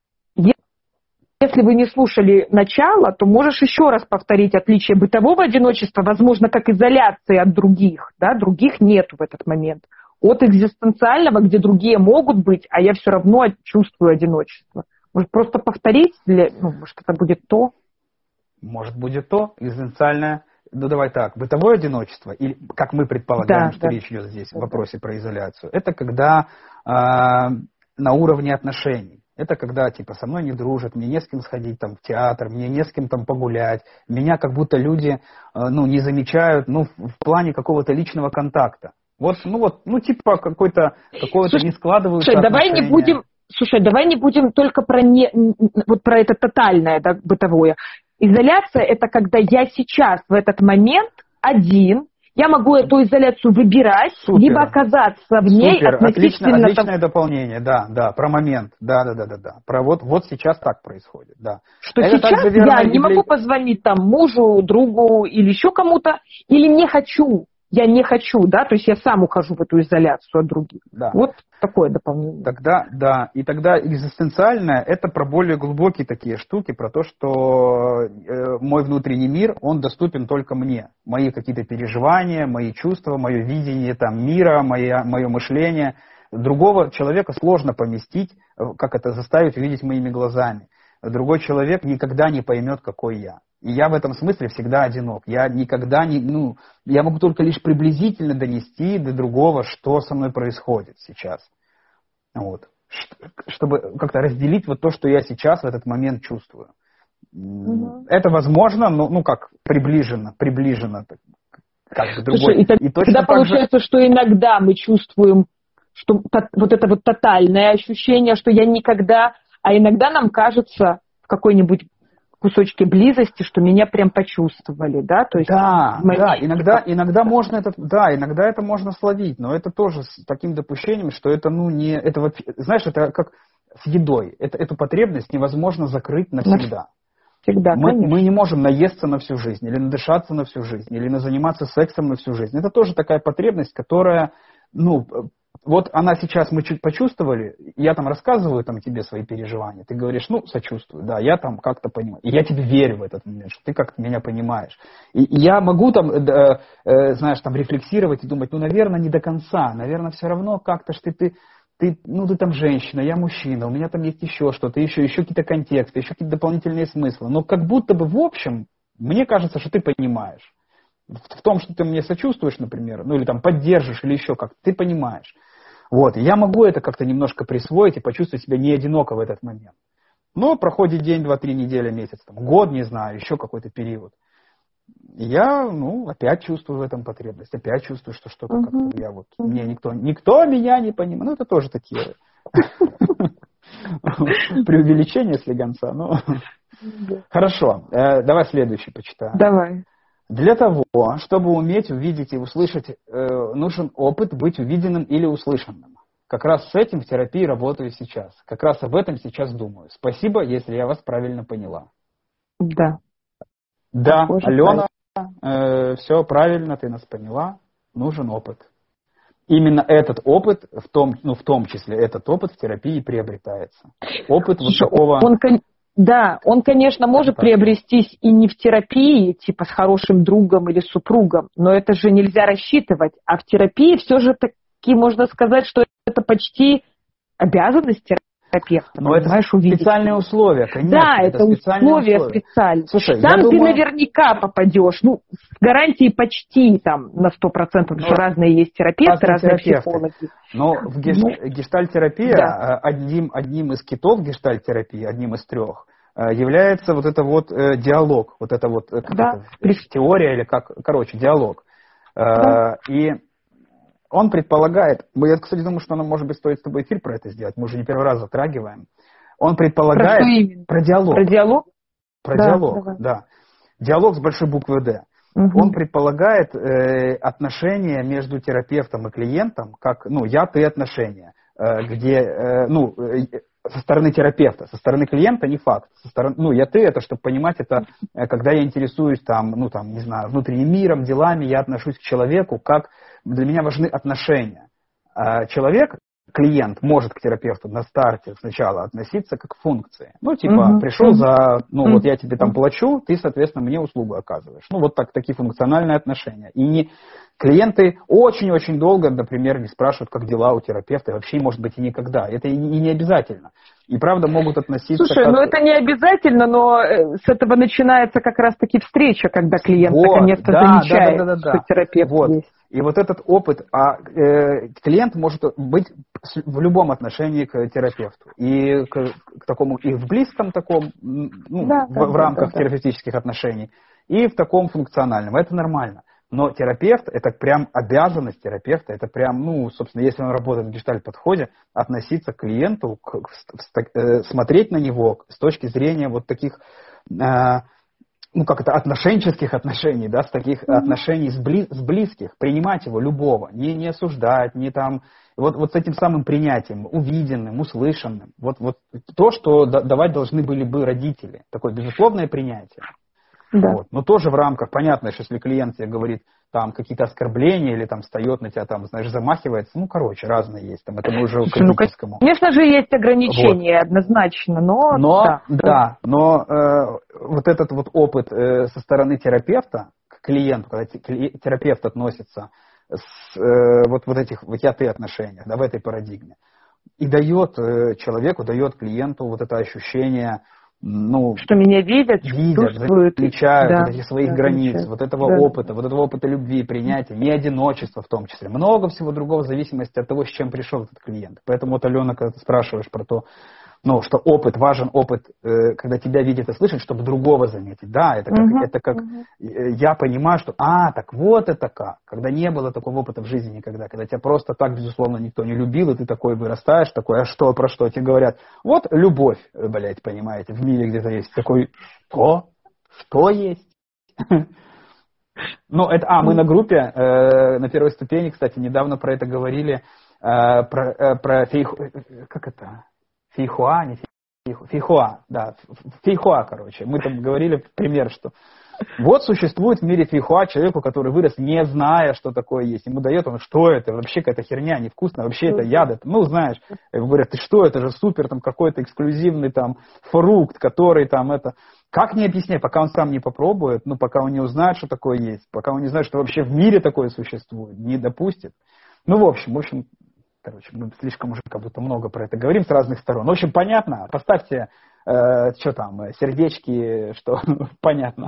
Speaker 1: если вы не слушали начало, то можешь еще раз повторить отличие бытового одиночества, возможно, как изоляции от других. Да? Других нету в этот момент. От экзистенциального, где другие могут быть, а я все равно чувствую одиночество. Может, просто повторить? Для, ну, может, это будет то?
Speaker 2: Может, будет то, экзистенциальное. Ну, давай так, бытовое одиночество, или как мы предполагаем, да, что да. речь идет здесь в вопросе про изоляцию, это когда э, на уровне отношений. Это когда, типа, со мной не дружат, мне не с кем сходить там, в театр, мне не с кем там погулять, меня как будто люди э, ну, не замечают ну, в, в плане какого-то личного контакта. Вот, ну, вот, ну, типа, какой-то, какого-то не складываются
Speaker 1: слушай,
Speaker 2: отношения.
Speaker 1: Давай не будем, слушай, давай не будем только про, не, вот про это тотальное, да, бытовое. Изоляция – это когда я сейчас в этот момент один, я могу эту изоляцию выбирать, Супер. либо оказаться в ней
Speaker 2: Супер.
Speaker 1: относительно...
Speaker 2: Отлично, отличное дополнение, да, да, про момент, да, да, да, да, да. Про вот, вот сейчас так происходит, да.
Speaker 1: Что это сейчас я не могу позвонить там мужу, другу или еще кому-то, или не хочу. Я не хочу, да, то есть я сам ухожу в эту изоляцию от других.
Speaker 2: Да.
Speaker 1: Вот такое дополнение.
Speaker 2: Тогда, да, и тогда экзистенциальное – это про более глубокие такие штуки, про то, что э, мой внутренний мир, он доступен только мне. Мои какие-то переживания, мои чувства, мое видение там, мира, мое, мое мышление. Другого человека сложно поместить, как это заставить увидеть моими глазами. Другой человек никогда не поймет, какой я. И я в этом смысле всегда одинок. Я никогда не, ну, я могу только лишь приблизительно донести до другого, что со мной происходит сейчас. Вот. Чтобы как-то разделить вот то, что я сейчас в этот момент чувствую. Угу. Это возможно, но, ну, как, приближенно, приближенно. Как бы другой.
Speaker 1: Слушай, и, и тогда получается, же... что иногда мы чувствуем, что вот это вот тотальное ощущение, что я никогда, а иногда нам кажется в какой-нибудь кусочки близости, что меня прям почувствовали, да, то есть...
Speaker 2: Да, да, иногда, иногда можно это, да, иногда это можно словить, но это тоже с таким допущением, что это, ну, не, это вот, знаешь, это как с едой, это, эту потребность невозможно закрыть навсегда.
Speaker 1: Всегда,
Speaker 2: мы, мы не можем наесться на всю жизнь, или надышаться на всю жизнь, или заниматься сексом на всю жизнь. Это тоже такая потребность, которая, ну, вот она сейчас мы чуть почувствовали, я там рассказываю там, тебе свои переживания, ты говоришь, ну, сочувствую, да, я там как-то понимаю. И я тебе верю в этот момент, что ты как-то меня понимаешь. И, и я могу там, э, э, знаешь, там рефлексировать и думать, ну, наверное, не до конца, наверное, все равно как-то ж ты, ты, ты, ну, ты там женщина, я мужчина, у меня там есть еще что-то, еще, еще какие-то контексты, еще какие-то дополнительные смыслы. Но как будто бы в общем, мне кажется, что ты понимаешь. В, в том, что ты мне сочувствуешь, например, ну, или там поддержишь, или еще как-то, ты понимаешь. Вот, я могу это как-то немножко присвоить и почувствовать себя не одиноко в этот момент. Но проходит день, два, три недели, месяц, там, год, не знаю, еще какой-то период. Я, ну, опять чувствую в этом потребность, опять чувствую, что что-то uh-huh. как-то я вот, uh-huh. мне никто, никто меня не понимает. Ну, это тоже такие преувеличения слегонца, но... Хорошо, давай следующий почитаем.
Speaker 1: Давай.
Speaker 2: Для того, чтобы уметь увидеть и услышать, э, нужен опыт быть увиденным или услышанным. Как раз с этим в терапии работаю сейчас. Как раз об этом сейчас думаю. Спасибо, если я вас правильно поняла.
Speaker 1: Да.
Speaker 2: Да, Похоже, Алена, э, все правильно, ты нас поняла. Нужен опыт. Именно этот опыт, в том, ну, в том числе этот опыт в терапии приобретается. Опыт вот такого...
Speaker 1: Он, Да, он, конечно, может приобрестись и не в терапии, типа с хорошим другом или супругом, но это же нельзя рассчитывать. А в терапии все же таки можно сказать, что это почти обязанность терапевта.
Speaker 2: Но это увидеть. Специальные условия, конечно.
Speaker 1: Да, это, это условия, условия специальные. Слушай, там ты думаю... наверняка попадешь, ну, с гарантией почти там на сто процентов, потому что разные есть терапевты, разные терапевты. Психологи.
Speaker 2: Но в геш... ну, гештальт-терапия, да. одним, одним из китов гештальт-терапии, одним из трех, является вот это вот э, диалог, вот это вот как
Speaker 1: да.
Speaker 2: это, теория или как, короче, диалог. Да. Э, и Он предполагает, я, кстати, думаю, что нам, может быть, стоит с тобой эфир про это сделать, мы уже не первый раз затрагиваем. Он предполагает...
Speaker 1: Про что именно?
Speaker 2: Про диалог.
Speaker 1: Про диалог?
Speaker 2: Про
Speaker 1: да,
Speaker 2: диалог,
Speaker 1: давай.
Speaker 2: да. Диалог с большой буквы «Д». Угу. Он предполагает э, отношения между терапевтом и клиентом, как, ну, я-ты отношения, э, где, э, ну, э, со стороны терапевта, со стороны клиента не факт. Со стороны, ну, я-ты, это, чтобы понимать, это э, когда я интересуюсь, там, ну, там, не знаю, внутренним миром, делами, я отношусь к человеку, как для меня важны отношения. А человек, клиент, может к терапевту на старте сначала относиться как к функции. Ну, типа, uh-huh. пришел за, ну, uh-huh. вот я тебе там плачу, ты, соответственно, мне услугу оказываешь. Ну, вот так, такие функциональные отношения. И не, клиенты очень-очень долго, например, не спрашивают, как дела у терапевта, и вообще, может быть, и никогда. Это и не обязательно. И, правда, могут относиться...
Speaker 1: Слушай,
Speaker 2: как...
Speaker 1: ну это не обязательно, но с этого начинается как раз-таки встреча, когда клиент вот, наконец-то да, замечает, да, да, да, да, что терапевт
Speaker 2: вот.
Speaker 1: есть.
Speaker 2: И вот этот опыт, а э, клиент может быть в любом отношении к терапевту. И к, к такому, и в близком таком, ну, да, в, да, в рамках да, да, терапевтических да. отношений, и в таком функциональном. Это нормально. Но терапевт, это прям обязанность терапевта, это прям, ну, собственно, если он работает в гештальт-подходе, относиться к клиенту, к, к, э, смотреть на него с точки зрения вот таких... Э, ну, как это, отношенческих отношений, да, с таких mm-hmm. отношений с, бли, с близких, принимать его любого, не, не осуждать, не там, вот, вот с этим самым принятием, увиденным, услышанным, вот, вот то, что давать должны были бы родители, такое безусловное принятие. Да. Вот. Но тоже в рамках, понятно, что если клиент тебе говорит там какие-то оскорбления или там встает на тебя, там, знаешь, замахивается, ну, короче, разные есть, там, это мы уже к критическому.
Speaker 1: Ну, конечно же, есть ограничения, вот. Однозначно, но...
Speaker 2: Но,
Speaker 1: да,
Speaker 2: да, но э, вот этот вот опыт э, со стороны терапевта к клиенту, когда терапевт относится с э, вот, вот этих вот я-ты отношениях, да, в этой парадигме, и дает э, человеку, дает клиенту вот это ощущение... Ну,
Speaker 1: что меня видят,
Speaker 2: видят,
Speaker 1: чувствуют,
Speaker 2: замечают
Speaker 1: да,
Speaker 2: вот этих своих
Speaker 1: да,
Speaker 2: границ,
Speaker 1: замечают.
Speaker 2: вот этого
Speaker 1: да.
Speaker 2: опыта, вот этого опыта любви, принятия, не одиночества в том числе. Много всего другого в зависимости от того, с чем пришел этот клиент. Поэтому вот, Алена, когда ты спрашиваешь про то, ну, что опыт, важен опыт, э, когда тебя видят и слышат, чтобы другого заметить. Да, это как, uh-huh, это как uh-huh. я понимаю, что, а, так вот это как, когда не было такого опыта в жизни никогда, когда тебя просто так, безусловно, никто не любил, и ты такой вырастаешь, такой, а что, про что? Тебе говорят, вот любовь, блядь, понимаете, в мире где-то есть такой, о, что есть? Ну, это, а, мы на группе, э, на первой ступени, кстати, недавно про это говорили, э, про, э, про фейх, как это? Фейхуа, не фейхуа, фейхуа, да, фейхуа, короче. Мы там говорили пример, что вот существует в мире фейхуа человеку, который вырос, не зная, что такое есть. Ему дает он, что это, вообще какая-то херня, невкусно, вообще это яд. Это, ну, знаешь, говорят, ты что, это же супер, там какой-то эксклюзивный там фрукт, который там это... Как не объяснять, пока он сам не попробует, ну, пока он не узнает, что такое есть, пока он не знает, что вообще в мире такое существует, не допустит. Ну, в общем, в общем... Короче, мы слишком уже как будто много про это говорим с разных сторон. В общем, понятно. Поставьте, э, что там, сердечки, что понятно.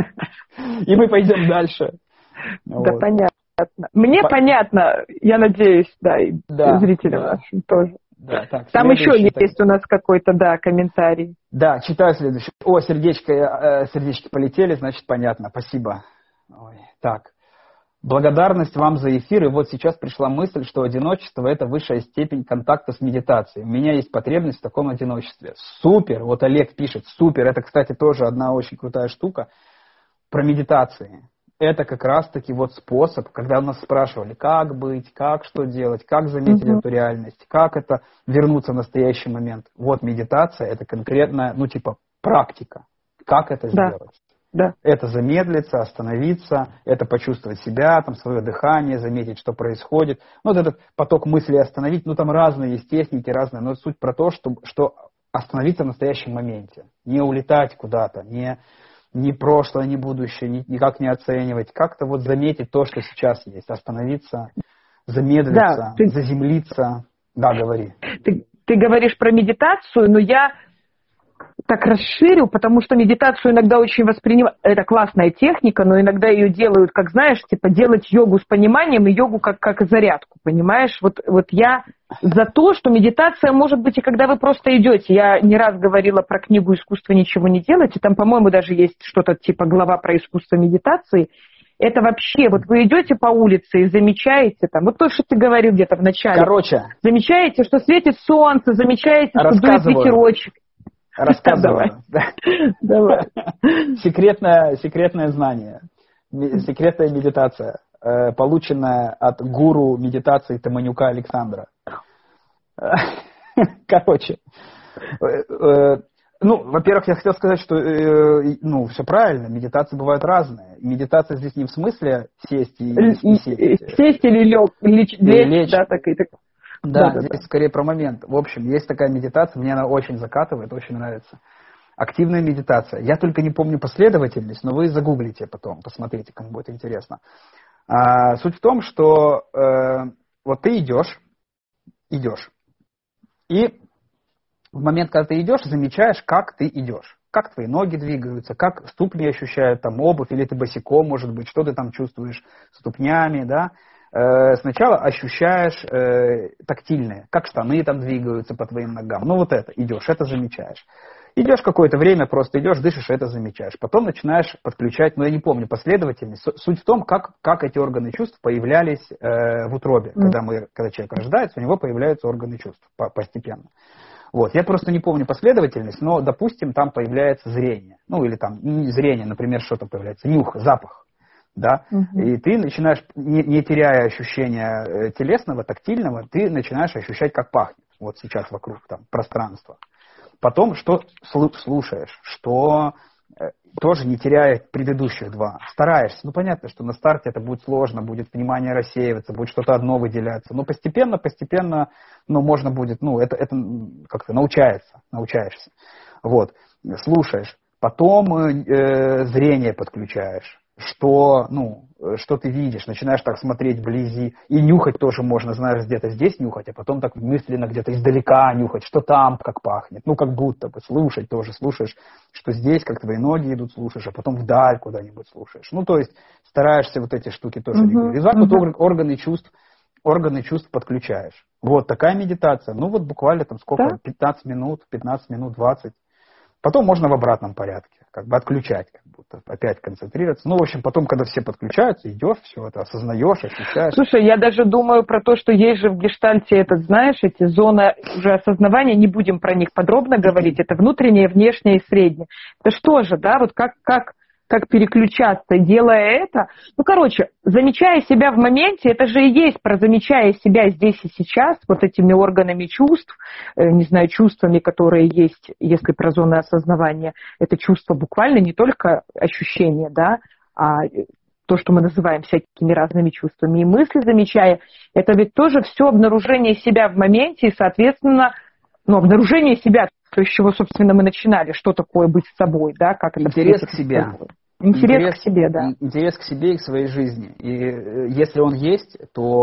Speaker 2: И мы пойдем дальше.
Speaker 1: Да, вот. Понятно. Мне По... понятно, я надеюсь, да, и да, зрителям да. нашим тоже. Да, так, там еще так... есть у нас какой-то, да, комментарий.
Speaker 2: Да, читаю следующий. О, сердечко, э, сердечки полетели, значит, понятно. Спасибо. Ой, так. Благодарность вам за эфир, и вот сейчас пришла мысль, что одиночество – это высшая степень контакта с медитацией. У меня есть потребность в таком одиночестве. Супер! Вот Олег пишет, супер! Это, кстати, тоже одна очень крутая штука про медитации. Это как раз-таки вот способ, когда нас спрашивали, как быть, как что делать, как заметить mm-hmm. эту реальность, как это вернуться в настоящий момент. Вот медитация – это конкретная, ну типа практика. Как это да. сделать? Да. Это замедлиться, остановиться, это почувствовать себя, там, свое дыхание, заметить, что происходит. Ну, вот этот поток мыслей остановить, ну, там разные есть техники, разные, но суть про то, что, что остановиться в настоящем моменте, не улетать куда-то, не, не прошлое, не будущее, ни, никак не оценивать, как-то вот заметить то, что сейчас есть, остановиться, замедлиться, да, ты... заземлиться. Да, говори.
Speaker 1: Ты, ты говоришь про медитацию, но я... так расширю, потому что медитацию иногда очень воспринимают, это классная техника, но иногда ее делают, как знаешь, типа делать йогу с пониманием и йогу как, как зарядку, понимаешь? Вот, вот я за то, что медитация может быть и когда вы просто идете. Я не раз говорила про книгу «Искусство ничего не делать», и там, по-моему, даже есть что-то типа глава про искусство медитации. Это вообще, вот вы идете по улице и замечаете, там, вот то, что ты говорил где-то в начале.
Speaker 2: Короче.
Speaker 1: Замечаете, что светит солнце, замечаете, что дует ветерочек.
Speaker 2: Рассказываю.
Speaker 1: Давай.
Speaker 2: Секретное, секретное знание, секретная медитация, полученная от гуру медитации Таманюка Александра. Короче, ну, во-первых, я хотел сказать, что, ну, все правильно, медитации бывают разные. Медитация здесь не в смысле сесть и, и сесть.
Speaker 1: Сесть или лег, лечь, лечь, да, так и так.
Speaker 2: Да, да, здесь да. Скорее про момент. В общем, есть такая медитация, мне она очень закатывает, очень нравится. Активная медитация. Я только не помню последовательность, но вы загуглите потом, посмотрите, кому будет интересно. А, суть в том, что э, вот ты идешь, идешь, и в момент, когда ты идешь, замечаешь, как ты идешь. Как твои ноги двигаются, как ступни ощущают там обувь, или ты босиком, может быть, что ты там чувствуешь ступнями, да. Сначала ощущаешь э, тактильное, как штаны там двигаются по твоим ногам. Ну вот это, идешь, это замечаешь. Идешь какое-то время, просто идешь, дышишь, это замечаешь. Потом начинаешь подключать, ну я не помню последовательность. Суть в том, как, как эти органы чувств появлялись э, в утробе. Mm. Когда, мы, когда человек рождается, у него появляются органы чувств постепенно. Вот. Я просто не помню последовательность, но, допустим, там появляется зрение. Ну или там не зрение, например, что-то появляется, нюх, запах. Да? Угу. И ты начинаешь, не, не теряя ощущения телесного, тактильного, ты начинаешь ощущать, как пахнет. Вот сейчас вокруг там пространства. Потом, что слушаешь, что э, тоже не теряя предыдущих два. Стараешься. Ну, понятно, что на старте это будет сложно, будет внимание рассеиваться, будет что-то одно выделяться. Но постепенно, постепенно, ну, можно будет, ну, это, это как-то научается, научаешься. Вот. Слушаешь. Потом э, зрение подключаешь. Что, ну, что ты видишь, начинаешь так смотреть вблизи, и нюхать тоже можно, знаешь, где-то здесь нюхать, а потом так мысленно где-то издалека нюхать, что там как пахнет, ну, как будто бы, слушать тоже, слушаешь, что здесь, как твои ноги идут, слушаешь, а потом вдаль куда-нибудь слушаешь, ну, то есть стараешься вот эти штуки тоже uh-huh, регулировать. И uh-huh. вот органы чувств, органы чувств подключаешь. Вот такая медитация, ну, вот буквально там сколько, да? пятнадцать минут, пятнадцать минут, двадцать. Потом можно в обратном порядке, как бы отключать, как будто опять концентрироваться. Ну, в общем, потом, когда все подключаются, идешь, все это осознаешь, ощущаешь.
Speaker 1: Слушай, я даже думаю про то, что есть же в гештальте этот, знаешь, эти зоны уже осознавания, не будем про них подробно говорить, это внутреннее, внешнее и среднее. Это что же, да, вот как, как, как переключаться, делая это. Ну, короче, замечая себя в моменте, это же и есть про замечая себя здесь и сейчас, вот этими органами чувств, э, не знаю, чувствами, которые есть, если про зоны осознавания, это чувство буквально не только ощущения, да, а то, что мы называем всякими разными чувствами и мысли, замечая, это ведь тоже все обнаружение себя в моменте и, соответственно, ну, обнаружение себя, то, с чего, собственно, мы начинали, что такое быть с собой, да, как это...
Speaker 2: Интерес к себе.
Speaker 1: Интерес, интерес к себе, да.
Speaker 2: Интерес к себе и к своей жизни. И если он есть,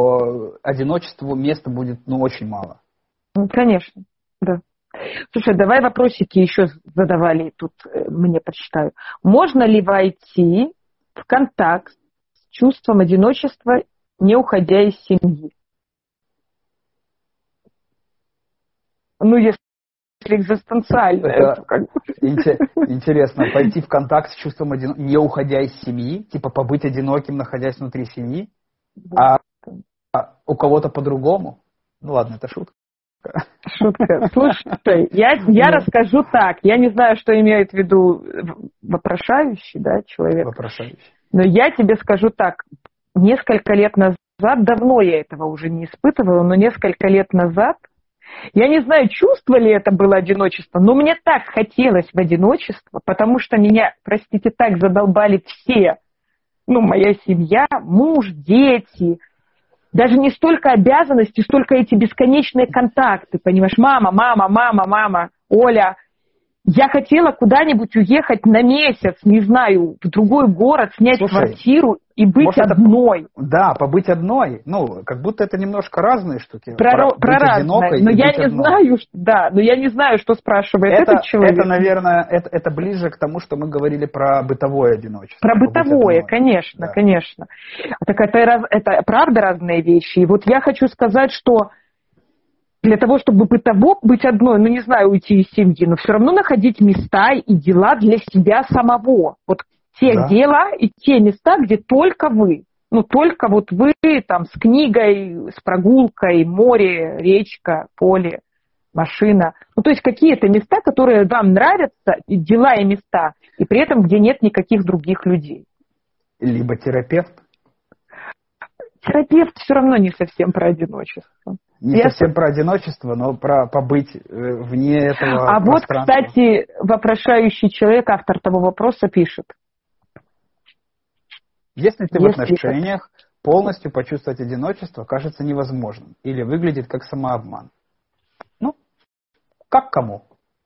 Speaker 2: то одиночеству места будет, ну, очень мало.
Speaker 1: Конечно, да. Слушай, давай вопросики еще задавали, тут мне почитаю. Можно ли войти в контакт с чувством одиночества, не уходя из семьи? Ну, если экзистенциально.
Speaker 2: Это как... Интересно, пойти в контакт с чувством одиночества, не уходя из семьи, типа побыть одиноким, находясь внутри семьи, а, а у кого-то по-другому? Ну ладно, это шутка.
Speaker 1: Шутка. Слушай, я, я ну, расскажу так. Я не знаю, что имеет в виду вопрошающий, да, человек.
Speaker 2: Вопрошающий.
Speaker 1: Но я тебе скажу так. Несколько лет назад, давно я этого уже не испытывала, но несколько лет назад, я не знаю, чувство ли это было одиночество, но мне так хотелось в одиночество, потому что меня, простите, так задолбали все. Ну, моя семья, муж, дети. Даже не столько обязанности, столько эти бесконечные контакты, понимаешь? Мама, мама, мама, мама, Оля. Я хотела куда-нибудь уехать на месяц, не знаю, в другой город, снять Слушай, квартиру и быть может, одной.
Speaker 2: Это, да, побыть одной. Ну, как будто это немножко разные штуки.
Speaker 1: Про, про разные. Но я не одной. знаю, да, но я не знаю, что спрашивает
Speaker 2: это,
Speaker 1: этот человек.
Speaker 2: Это, наверное, это, это ближе к тому, что мы говорили про бытовое одиночество.
Speaker 1: Про бытовое, конечно, да. конечно. Так это, это правда разные вещи. И вот я хочу сказать, что для того, чтобы бытово быть одной, ну, не знаю, уйти из семьи, но все равно находить места и дела для себя самого. Вот те
Speaker 2: Да.
Speaker 1: дела и те места, где только вы. Ну, только вот вы там с книгой, с прогулкой, море, речка, поле, машина. Ну, то есть какие-то места, которые вам нравятся, и дела и места, и при этом где нет никаких других людей.
Speaker 2: Либо терапевт.
Speaker 1: Терапевт все равно не совсем про одиночество.
Speaker 2: Не
Speaker 1: Я
Speaker 2: совсем про одиночество, но про побыть вне этого
Speaker 1: А вот,
Speaker 2: пространства.
Speaker 1: кстати, вопрошающий человек, автор того вопроса, пишет.
Speaker 2: Если ты
Speaker 1: Если
Speaker 2: в отношениях, полностью почувствовать одиночество кажется невозможным или выглядит как самообман. Ну, как кому?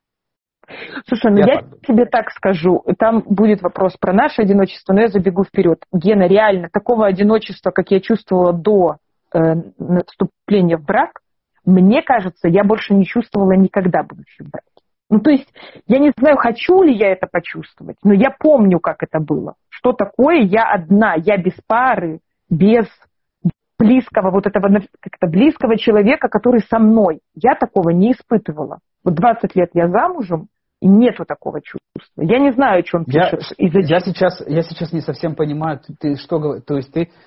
Speaker 1: Слушай, ну
Speaker 2: Я
Speaker 1: я,
Speaker 2: так думаю.
Speaker 1: тебе так скажу, там будет вопрос про наше одиночество, но я забегу вперед. Гена, реально, такого одиночества, как я чувствовала до э, вступления в брак, мне кажется, я больше не чувствовала никогда, будучи в браке. Ну, то есть, я не знаю, хочу ли я это почувствовать, но я помню, как это было. Что такое я одна, я без пары, без близкого, вот этого как-то близкого человека, который со мной. Я такого не испытывала. Вот двадцать лет я замужем, и нету такого чувства. Я не знаю, о чем пишешь.
Speaker 2: Я,
Speaker 1: и зачем.
Speaker 2: я, сейчас, я сейчас не совсем понимаю, ты, ты что говоришь, то есть ты э,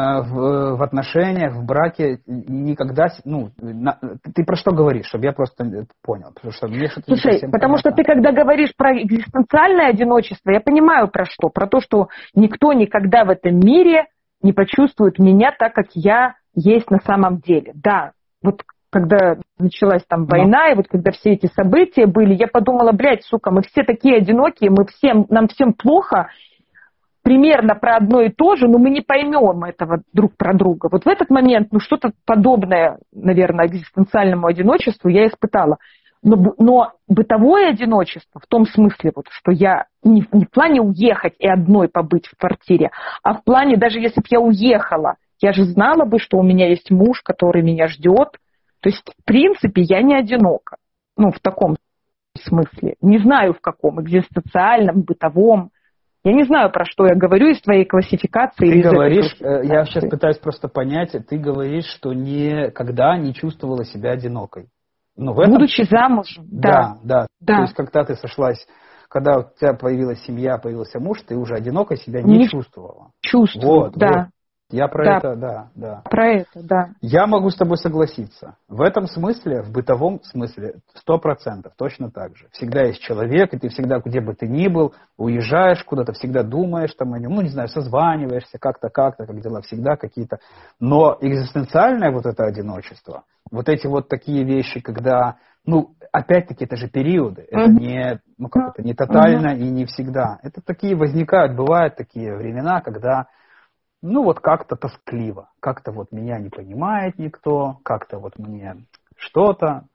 Speaker 2: в, в отношениях, в браке никогда, ну, на, ты про что говоришь, чтобы я просто понял, потому что мне что-то
Speaker 1: Слушай,
Speaker 2: не совсем
Speaker 1: потому
Speaker 2: понятно.
Speaker 1: что ты, когда говоришь про экзистенциальное одиночество, я понимаю про что, про то, что никто никогда в этом мире не почувствует меня так, как я есть на самом деле. Да, вот когда началась там война, Но. и вот когда все эти события были, я подумала, блядь, сука, мы все такие одинокие, мы всем, нам всем плохо, примерно про одно и то же, но мы не поймем этого друг про друга. Вот в этот момент, ну, что-то подобное, наверное, экзистенциальному одиночеству я испытала. Но, но бытовое одиночество, в том смысле, вот, что я не, не в плане уехать и одной побыть в квартире, а в плане, даже если бы я уехала, я же знала бы, что у меня есть муж, который меня ждет. То есть, в принципе, я не одинока. Ну, в таком смысле. Не знаю, в каком, экзистенциальном, бытовом. Я не знаю, про что я говорю из твоей классификации.
Speaker 2: Ты говоришь, я сейчас пытаюсь просто понять, ты говоришь, что никогда не чувствовала себя одинокой. Ну, в этом...
Speaker 1: Будучи замужем, да.
Speaker 2: Да, да.
Speaker 1: да.
Speaker 2: То есть, когда ты сошлась, когда у тебя появилась семья, появился муж, ты уже одинокой себя не, не чувствовала.
Speaker 1: Чувствую,
Speaker 2: вот,
Speaker 1: да.
Speaker 2: Вот. Я про
Speaker 1: да.
Speaker 2: это, да, да.
Speaker 1: Про это, да.
Speaker 2: Я могу с тобой согласиться. В этом смысле, в бытовом смысле, сто процентов точно так же. Всегда есть человек, и ты всегда, где бы ты ни был, уезжаешь куда-то, всегда думаешь там о нем, ну, не знаю, созваниваешься как-то, как-то, как дела, всегда какие-то. Но экзистенциальное вот это одиночество, вот эти вот такие вещи, когда, ну, опять-таки, это же периоды, это mm-hmm. не, ну, как это, не тотально mm-hmm. и не всегда. Это такие возникают, бывают такие времена, когда... Ну, вот как-то тоскливо, как-то вот меня не понимает никто, как-то вот мне что-то.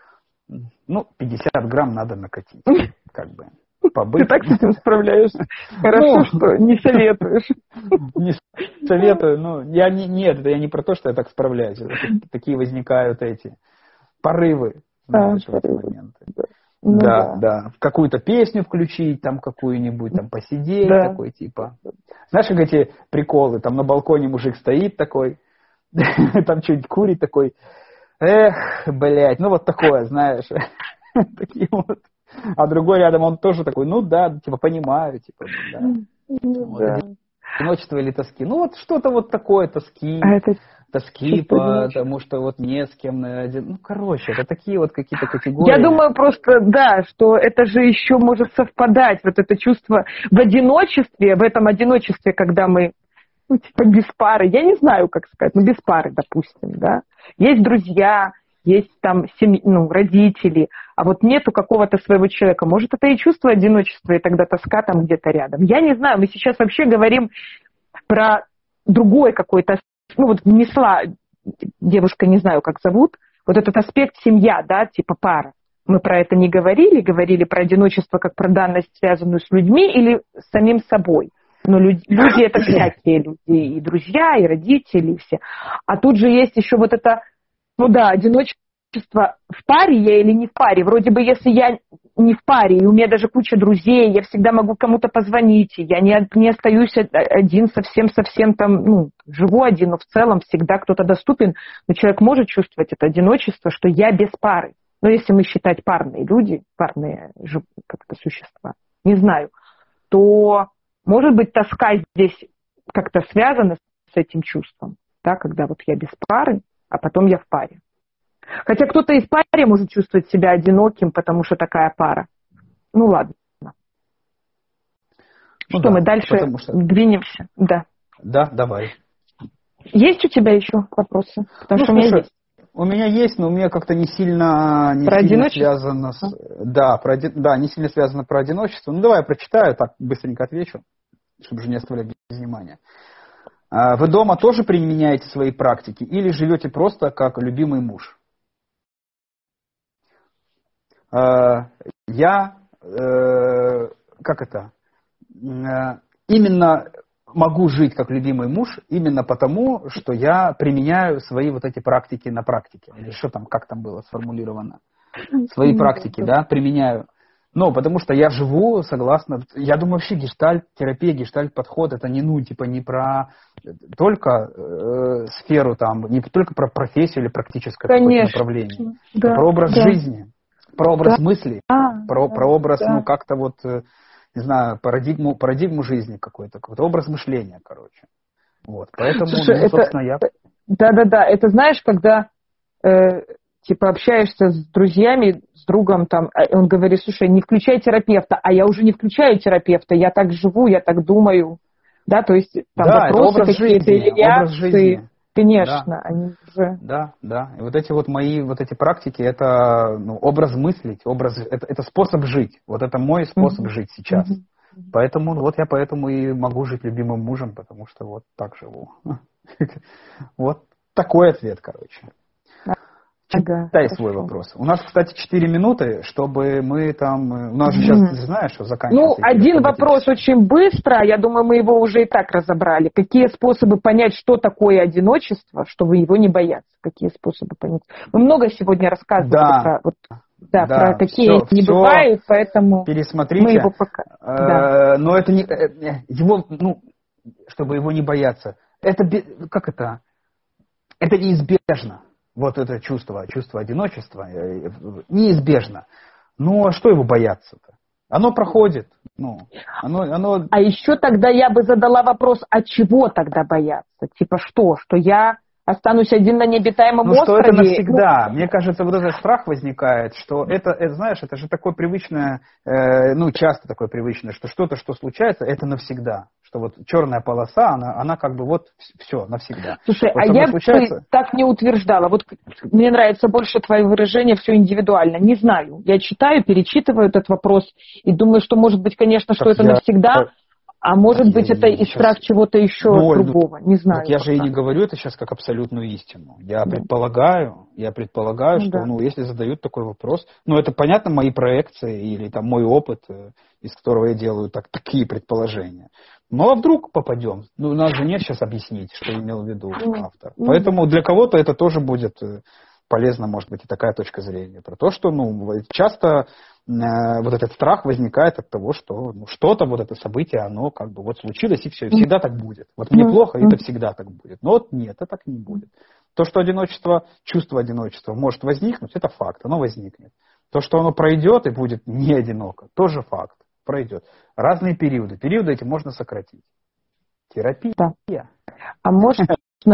Speaker 2: Ну, пятьдесят грамм надо накатить, как бы, побыть.
Speaker 1: Ты так с этим справляешься? Хорошо, что не советуешь.
Speaker 2: Не советую, ну, я не, нет, это я не про то, что я так справляюсь. Такие возникают эти порывы, знаешь, в эти моменты.
Speaker 1: Ну,
Speaker 2: да,
Speaker 1: да,
Speaker 2: да. Какую-то песню включить, там какую-нибудь, там посидеть, да. такой типа. Знаешь, как эти приколы, там на балконе мужик стоит такой, там что-нибудь курит такой, эх, блядь, ну вот такое, знаешь, такие вот. А другой рядом, он тоже такой, ну да, типа понимаю, типа, да. Вот, да. Одиночество или тоски. Ну вот что-то вот такое, тоски. А это... Тоски, потому что вот не с кем, ну, короче, это такие вот какие-то категории.
Speaker 1: Я думаю просто, да, что это же еще может совпадать, вот это чувство в одиночестве, в этом одиночестве, когда мы, ну, типа, без пары, я не знаю, как сказать, ну, без пары, допустим, да, есть друзья, есть там семьи, ну, родители, а вот нету какого-то своего человека, может, это и чувство одиночества, и тогда тоска там где-то рядом. Я не знаю, мы сейчас вообще говорим про другой какой-то, ну, вот внесла девушка, не знаю, как зовут, вот этот аспект семья, да, типа пара. Мы про это не говорили, говорили про одиночество как про данность, связанную с людьми или с самим собой. Но люди, люди это всякие люди, и друзья, и родители, и все. А тут же есть еще вот это, ну да, одиночество в паре я или не в паре. Вроде бы, если я не в паре, и у меня даже куча друзей, я всегда могу кому-то позвонить, и я не, не остаюсь один совсем-совсем там, ну, живу один, но в целом всегда кто-то доступен. Но человек может чувствовать это одиночество, что я без пары. Но если мы считать парные люди, парные как-то существа, не знаю, то Может быть, тоска здесь как-то связана с этим чувством, да, когда вот я без пары, а потом я в паре. Хотя кто-то и в паре может чувствовать себя одиноким, потому что такая пара. Ну ладно. Ну, что, да, мы дальше что... двинемся? Да.
Speaker 2: Да, давай.
Speaker 1: Есть у тебя еще вопросы? Потому ну, что слушай, у меня есть.
Speaker 2: У меня есть, но у меня как-то не сильно, не сильно связано с... Да, про, да, не сильно связано про одиночество. Ну, давай я прочитаю, так быстренько отвечу, чтобы же не оставлять без внимания. Вы дома тоже применяете свои практики или живете просто как любимый муж? Я, как это, именно могу жить как любимый муж именно потому, что я применяю свои вот эти практики на практике. Или что там, как там было сформулировано? Свои практики, да, применяю. Ну, потому что я живу согласно... Я думаю, вообще гештальт-терапия, гештальт-подход, это не, ну, типа, не про только э, сферу там, не только про профессию или практическое какое-то направление. Да, про образ да. жизни, про образ да. мысли, а, про, да, про образ, да. ну, как-то вот, не знаю, парадигму, парадигму жизни какой-то, какой-то образ мышления, короче. Вот, поэтому, Слушай, ну, собственно, это... я...
Speaker 1: Да-да-да, это знаешь, когда... Э... типа общаешься с друзьями, с другом, там, он говорит, слушай, не включай терапевта, а я уже не включаю терапевта, я так живу, я так думаю, да, то есть там
Speaker 2: да,
Speaker 1: вопросы
Speaker 2: образ
Speaker 1: какие-то
Speaker 2: жизни,
Speaker 1: или реакции, конечно,
Speaker 2: да.
Speaker 1: они уже...
Speaker 2: Да, да, и вот эти вот мои вот эти практики, это ну, образ мыслить, образ, это, это способ жить, вот это мой способ mm-hmm. жить сейчас, mm-hmm. поэтому вот я поэтому и могу жить любимым мужем, потому что вот так живу. Вот такой ответ, короче.
Speaker 1: Ага,
Speaker 2: Читай свой вопрос. У нас, кстати, четыре минуты, чтобы мы там... У нас же сейчас, ты знаешь, что заканчивается.
Speaker 1: Ну, один вопрос очень быстро. Я думаю, мы его уже и так разобрали. Какие способы понять, что такое одиночество, чтобы его не бояться? Какие способы понять? Мы много сегодня рассказывали
Speaker 2: да.
Speaker 1: про, вот, да,
Speaker 2: да,
Speaker 1: про какие
Speaker 2: все,
Speaker 1: не
Speaker 2: все
Speaker 1: бывают, поэтому
Speaker 2: пересмотрите.
Speaker 1: мы его пока...
Speaker 2: Э,
Speaker 1: да.
Speaker 2: Но это не... Его, ну, чтобы его не бояться. Это... Как это? Это неизбежно. Вот это чувство, чувство одиночества неизбежно. Но что его бояться-то? Оно проходит. Ну, оно, оно...
Speaker 1: А еще тогда я бы задала вопрос, а чего тогда бояться? Типа что? Что я останусь один на необитаемом
Speaker 2: ну,
Speaker 1: острове?
Speaker 2: Ну, что это навсегда. Ну... Мне кажется, вот этот страх возникает, что это, это знаешь, это же такое привычное, э, ну, часто такое привычное, что что-то, что случается, это навсегда. Что вот черная полоса, она, она как бы вот все, навсегда.
Speaker 1: Слушай,
Speaker 2: вот
Speaker 1: а я
Speaker 2: случается...
Speaker 1: бы так не утверждала. Вот мне нравится больше твое выражение «все индивидуально». Не знаю. Я читаю, перечитываю этот вопрос и думаю, что может быть, конечно, что так это я... навсегда, а может я быть, это и сейчас... страх чего-то еще ну, другого. Не знаю.
Speaker 2: Так я же и не говорю это сейчас как абсолютную истину. Я да. предполагаю, я предполагаю, ну, что да. ну, если задают такой вопрос, ну, это, понятно, мои проекции или там мой опыт, из которого я делаю так, такие предположения. Ну, а вдруг попадем? Ну, у нас же нет сейчас объяснить, что имел в виду автор. Поэтому для кого-то это тоже будет полезно, может быть, и такая точка зрения. Про то, что ну, часто э, вот этот страх возникает от того, что ну, что-то, вот это событие, оно как бы вот случилось, и все, и всегда так будет. Вот мне плохо, и это всегда так будет. Но вот нет, это так не будет. То, что одиночество, чувство одиночества может возникнуть, это факт, оно возникнет. То, что оно пройдет и будет не одиноко, тоже факт, пройдет. Разные периоды. Периоды эти можно сократить. Терапия.
Speaker 1: Да. А можно,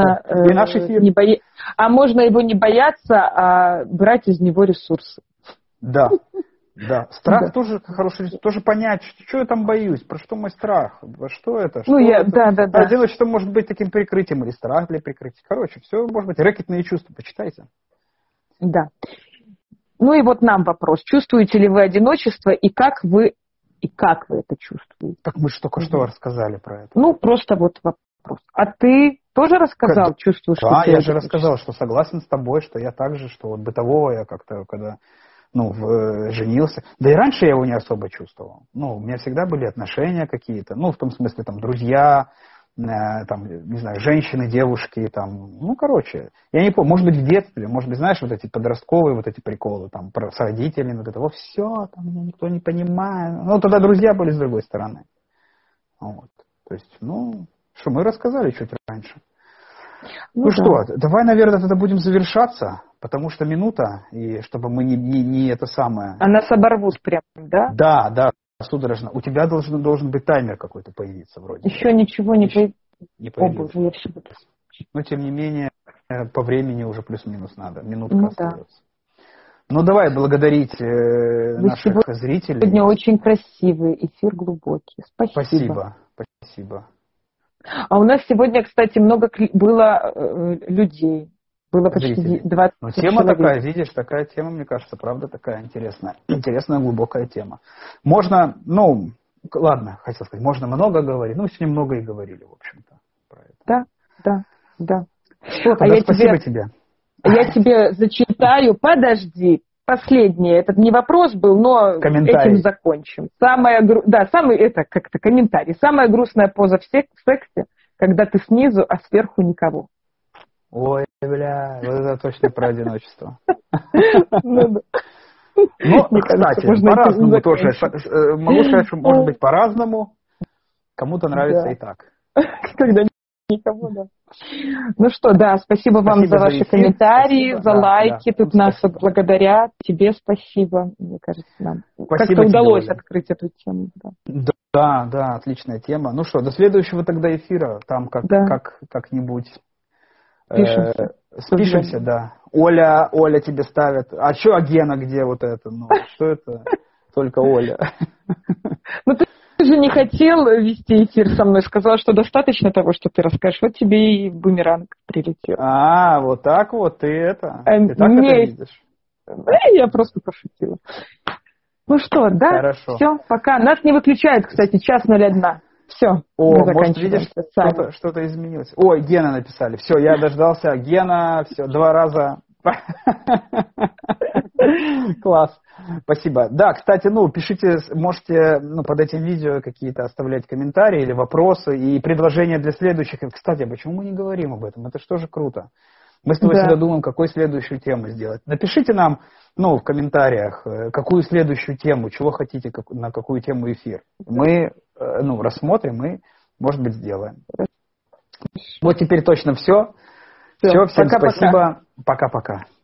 Speaker 1: э, не боя... а можно его не бояться, а брать из него ресурсы.
Speaker 2: Да. Да, страх да. тоже хороший ресурс, тоже понять, что, что я там боюсь, про что мой страх, что это, что
Speaker 1: ну, я,
Speaker 2: это.
Speaker 1: Да, да, да.
Speaker 2: Одиночество может быть таким прикрытием или страх для прикрытия. Короче, все может быть. Рэкетные чувства, почитайте.
Speaker 1: Да. Ну и вот нам вопрос. Чувствуете ли вы одиночество и как вы, и как вы это чувствуете?
Speaker 2: Так мы же только что рассказали про это.
Speaker 1: Ну, просто вот вопрос. А ты тоже рассказал, как... чувствуешь,
Speaker 2: да,
Speaker 1: что
Speaker 2: я же рассказал, что согласен с тобой, что я также, что вот бытового я как-то, когда... ну, в, женился. Да и раньше я его не особо чувствовал. Ну, у меня всегда были отношения какие-то, ну, в том смысле, там, друзья, э, там, не знаю, женщины, девушки, там, ну, короче, я не помню, может быть, в детстве, может быть, знаешь, вот эти подростковые вот эти приколы, там, про, с родителями, вот это, вот, все, там, меня никто не понимает. Ну, тогда друзья были с другой стороны. Вот. То есть, ну, что, мы рассказали чуть раньше. Ну, ну да. Что, давай, наверное, тогда будем завершаться, потому что минута, и чтобы мы не, не, не это самое...
Speaker 1: А нас оборвут прям, да?
Speaker 2: Да, да. судорожно. У тебя должен, должен быть таймер какой-то появиться вроде.
Speaker 1: Еще ничего не,
Speaker 2: Еще
Speaker 1: по...
Speaker 2: не появился.
Speaker 1: О, боже, я все буду.
Speaker 2: Но, тем не менее, по времени уже плюс-минус надо. Минутка
Speaker 1: Ну,
Speaker 2: остается. Да. Ну, давай благодарить э, наших
Speaker 1: сегодня
Speaker 2: зрителей.
Speaker 1: Сегодня очень красивый, эфир глубокий. Спасибо.
Speaker 2: Спасибо. Спасибо.
Speaker 1: А у нас сегодня, кстати, много было э, людей. Было почти
Speaker 2: Зрителей.
Speaker 1: двадцать
Speaker 2: Но тема
Speaker 1: человек.
Speaker 2: такая, видишь, такая тема, мне кажется, правда, такая интересная. Интересная, глубокая тема. Можно, ну, ладно, хотел сказать, можно много говорить. Ну, сегодня много и говорили, в общем-то, про это.
Speaker 1: Да, да, да.
Speaker 2: Что, тогда а спасибо я тебе.
Speaker 1: тебе. Я тебе зачитаю, подожди, последний, этот не вопрос был, но этим закончим. Самая, да, самый, это как-то комментарий. Самая грустная поза в сексе, когда ты снизу, а сверху никого.
Speaker 2: Ой, бля, вот это точно про одиночество.
Speaker 1: Ну,
Speaker 2: кстати, по-разному тоже. Могу сказать, что может быть по-разному. Кому-то нравится и так.
Speaker 1: Когда никого, да. Ну что, да, спасибо, спасибо вам за ваши эфир, комментарии, спасибо, за да, лайки. Да, тут нас спасибо. Благодарят. Тебе спасибо, мне кажется, нам как-то удалось тебе, открыть эту тему. Да.
Speaker 2: да, да, отличная тема. Ну что, до следующего тогда эфира. Там как, да. как, как-нибудь
Speaker 1: спишемся.
Speaker 2: Э, спишемся, да. Оля, Оля тебе ставит. А что, а Гена где вот это? Ну, что это? Только Оля.
Speaker 1: Ну, ты Ты же не хотел вести эфир со мной, сказал, что достаточно того, что ты расскажешь. Вот тебе и бумеранг прилетел.
Speaker 2: А, вот так вот, ты это,
Speaker 1: а,
Speaker 2: ты так
Speaker 1: мне...
Speaker 2: это видишь?
Speaker 1: Да, я просто пошутила. Ну что, да,
Speaker 2: Хорошо.
Speaker 1: Все, пока. Нас не выключают, кстати, час ноль один. Все,
Speaker 2: О, может, видишь, что-то, что-то изменилось. Ой, Гена написали. Все, я дождался. Гена, все, два раза. Класс. Спасибо. Да, кстати, ну, пишите, можете ну, под этим видео какие-то оставлять комментарии или вопросы и предложения для следующих. Кстати, а почему мы не говорим об этом? Это же тоже круто. Мы с тобой да. всегда думаем, какую следующую тему сделать. Напишите нам, ну, в комментариях, какую следующую тему, чего хотите, как, на какую тему эфир. Мы, ну, рассмотрим и, может быть, сделаем. Вот теперь точно все. Все, все всем пока, спасибо. Пока-пока.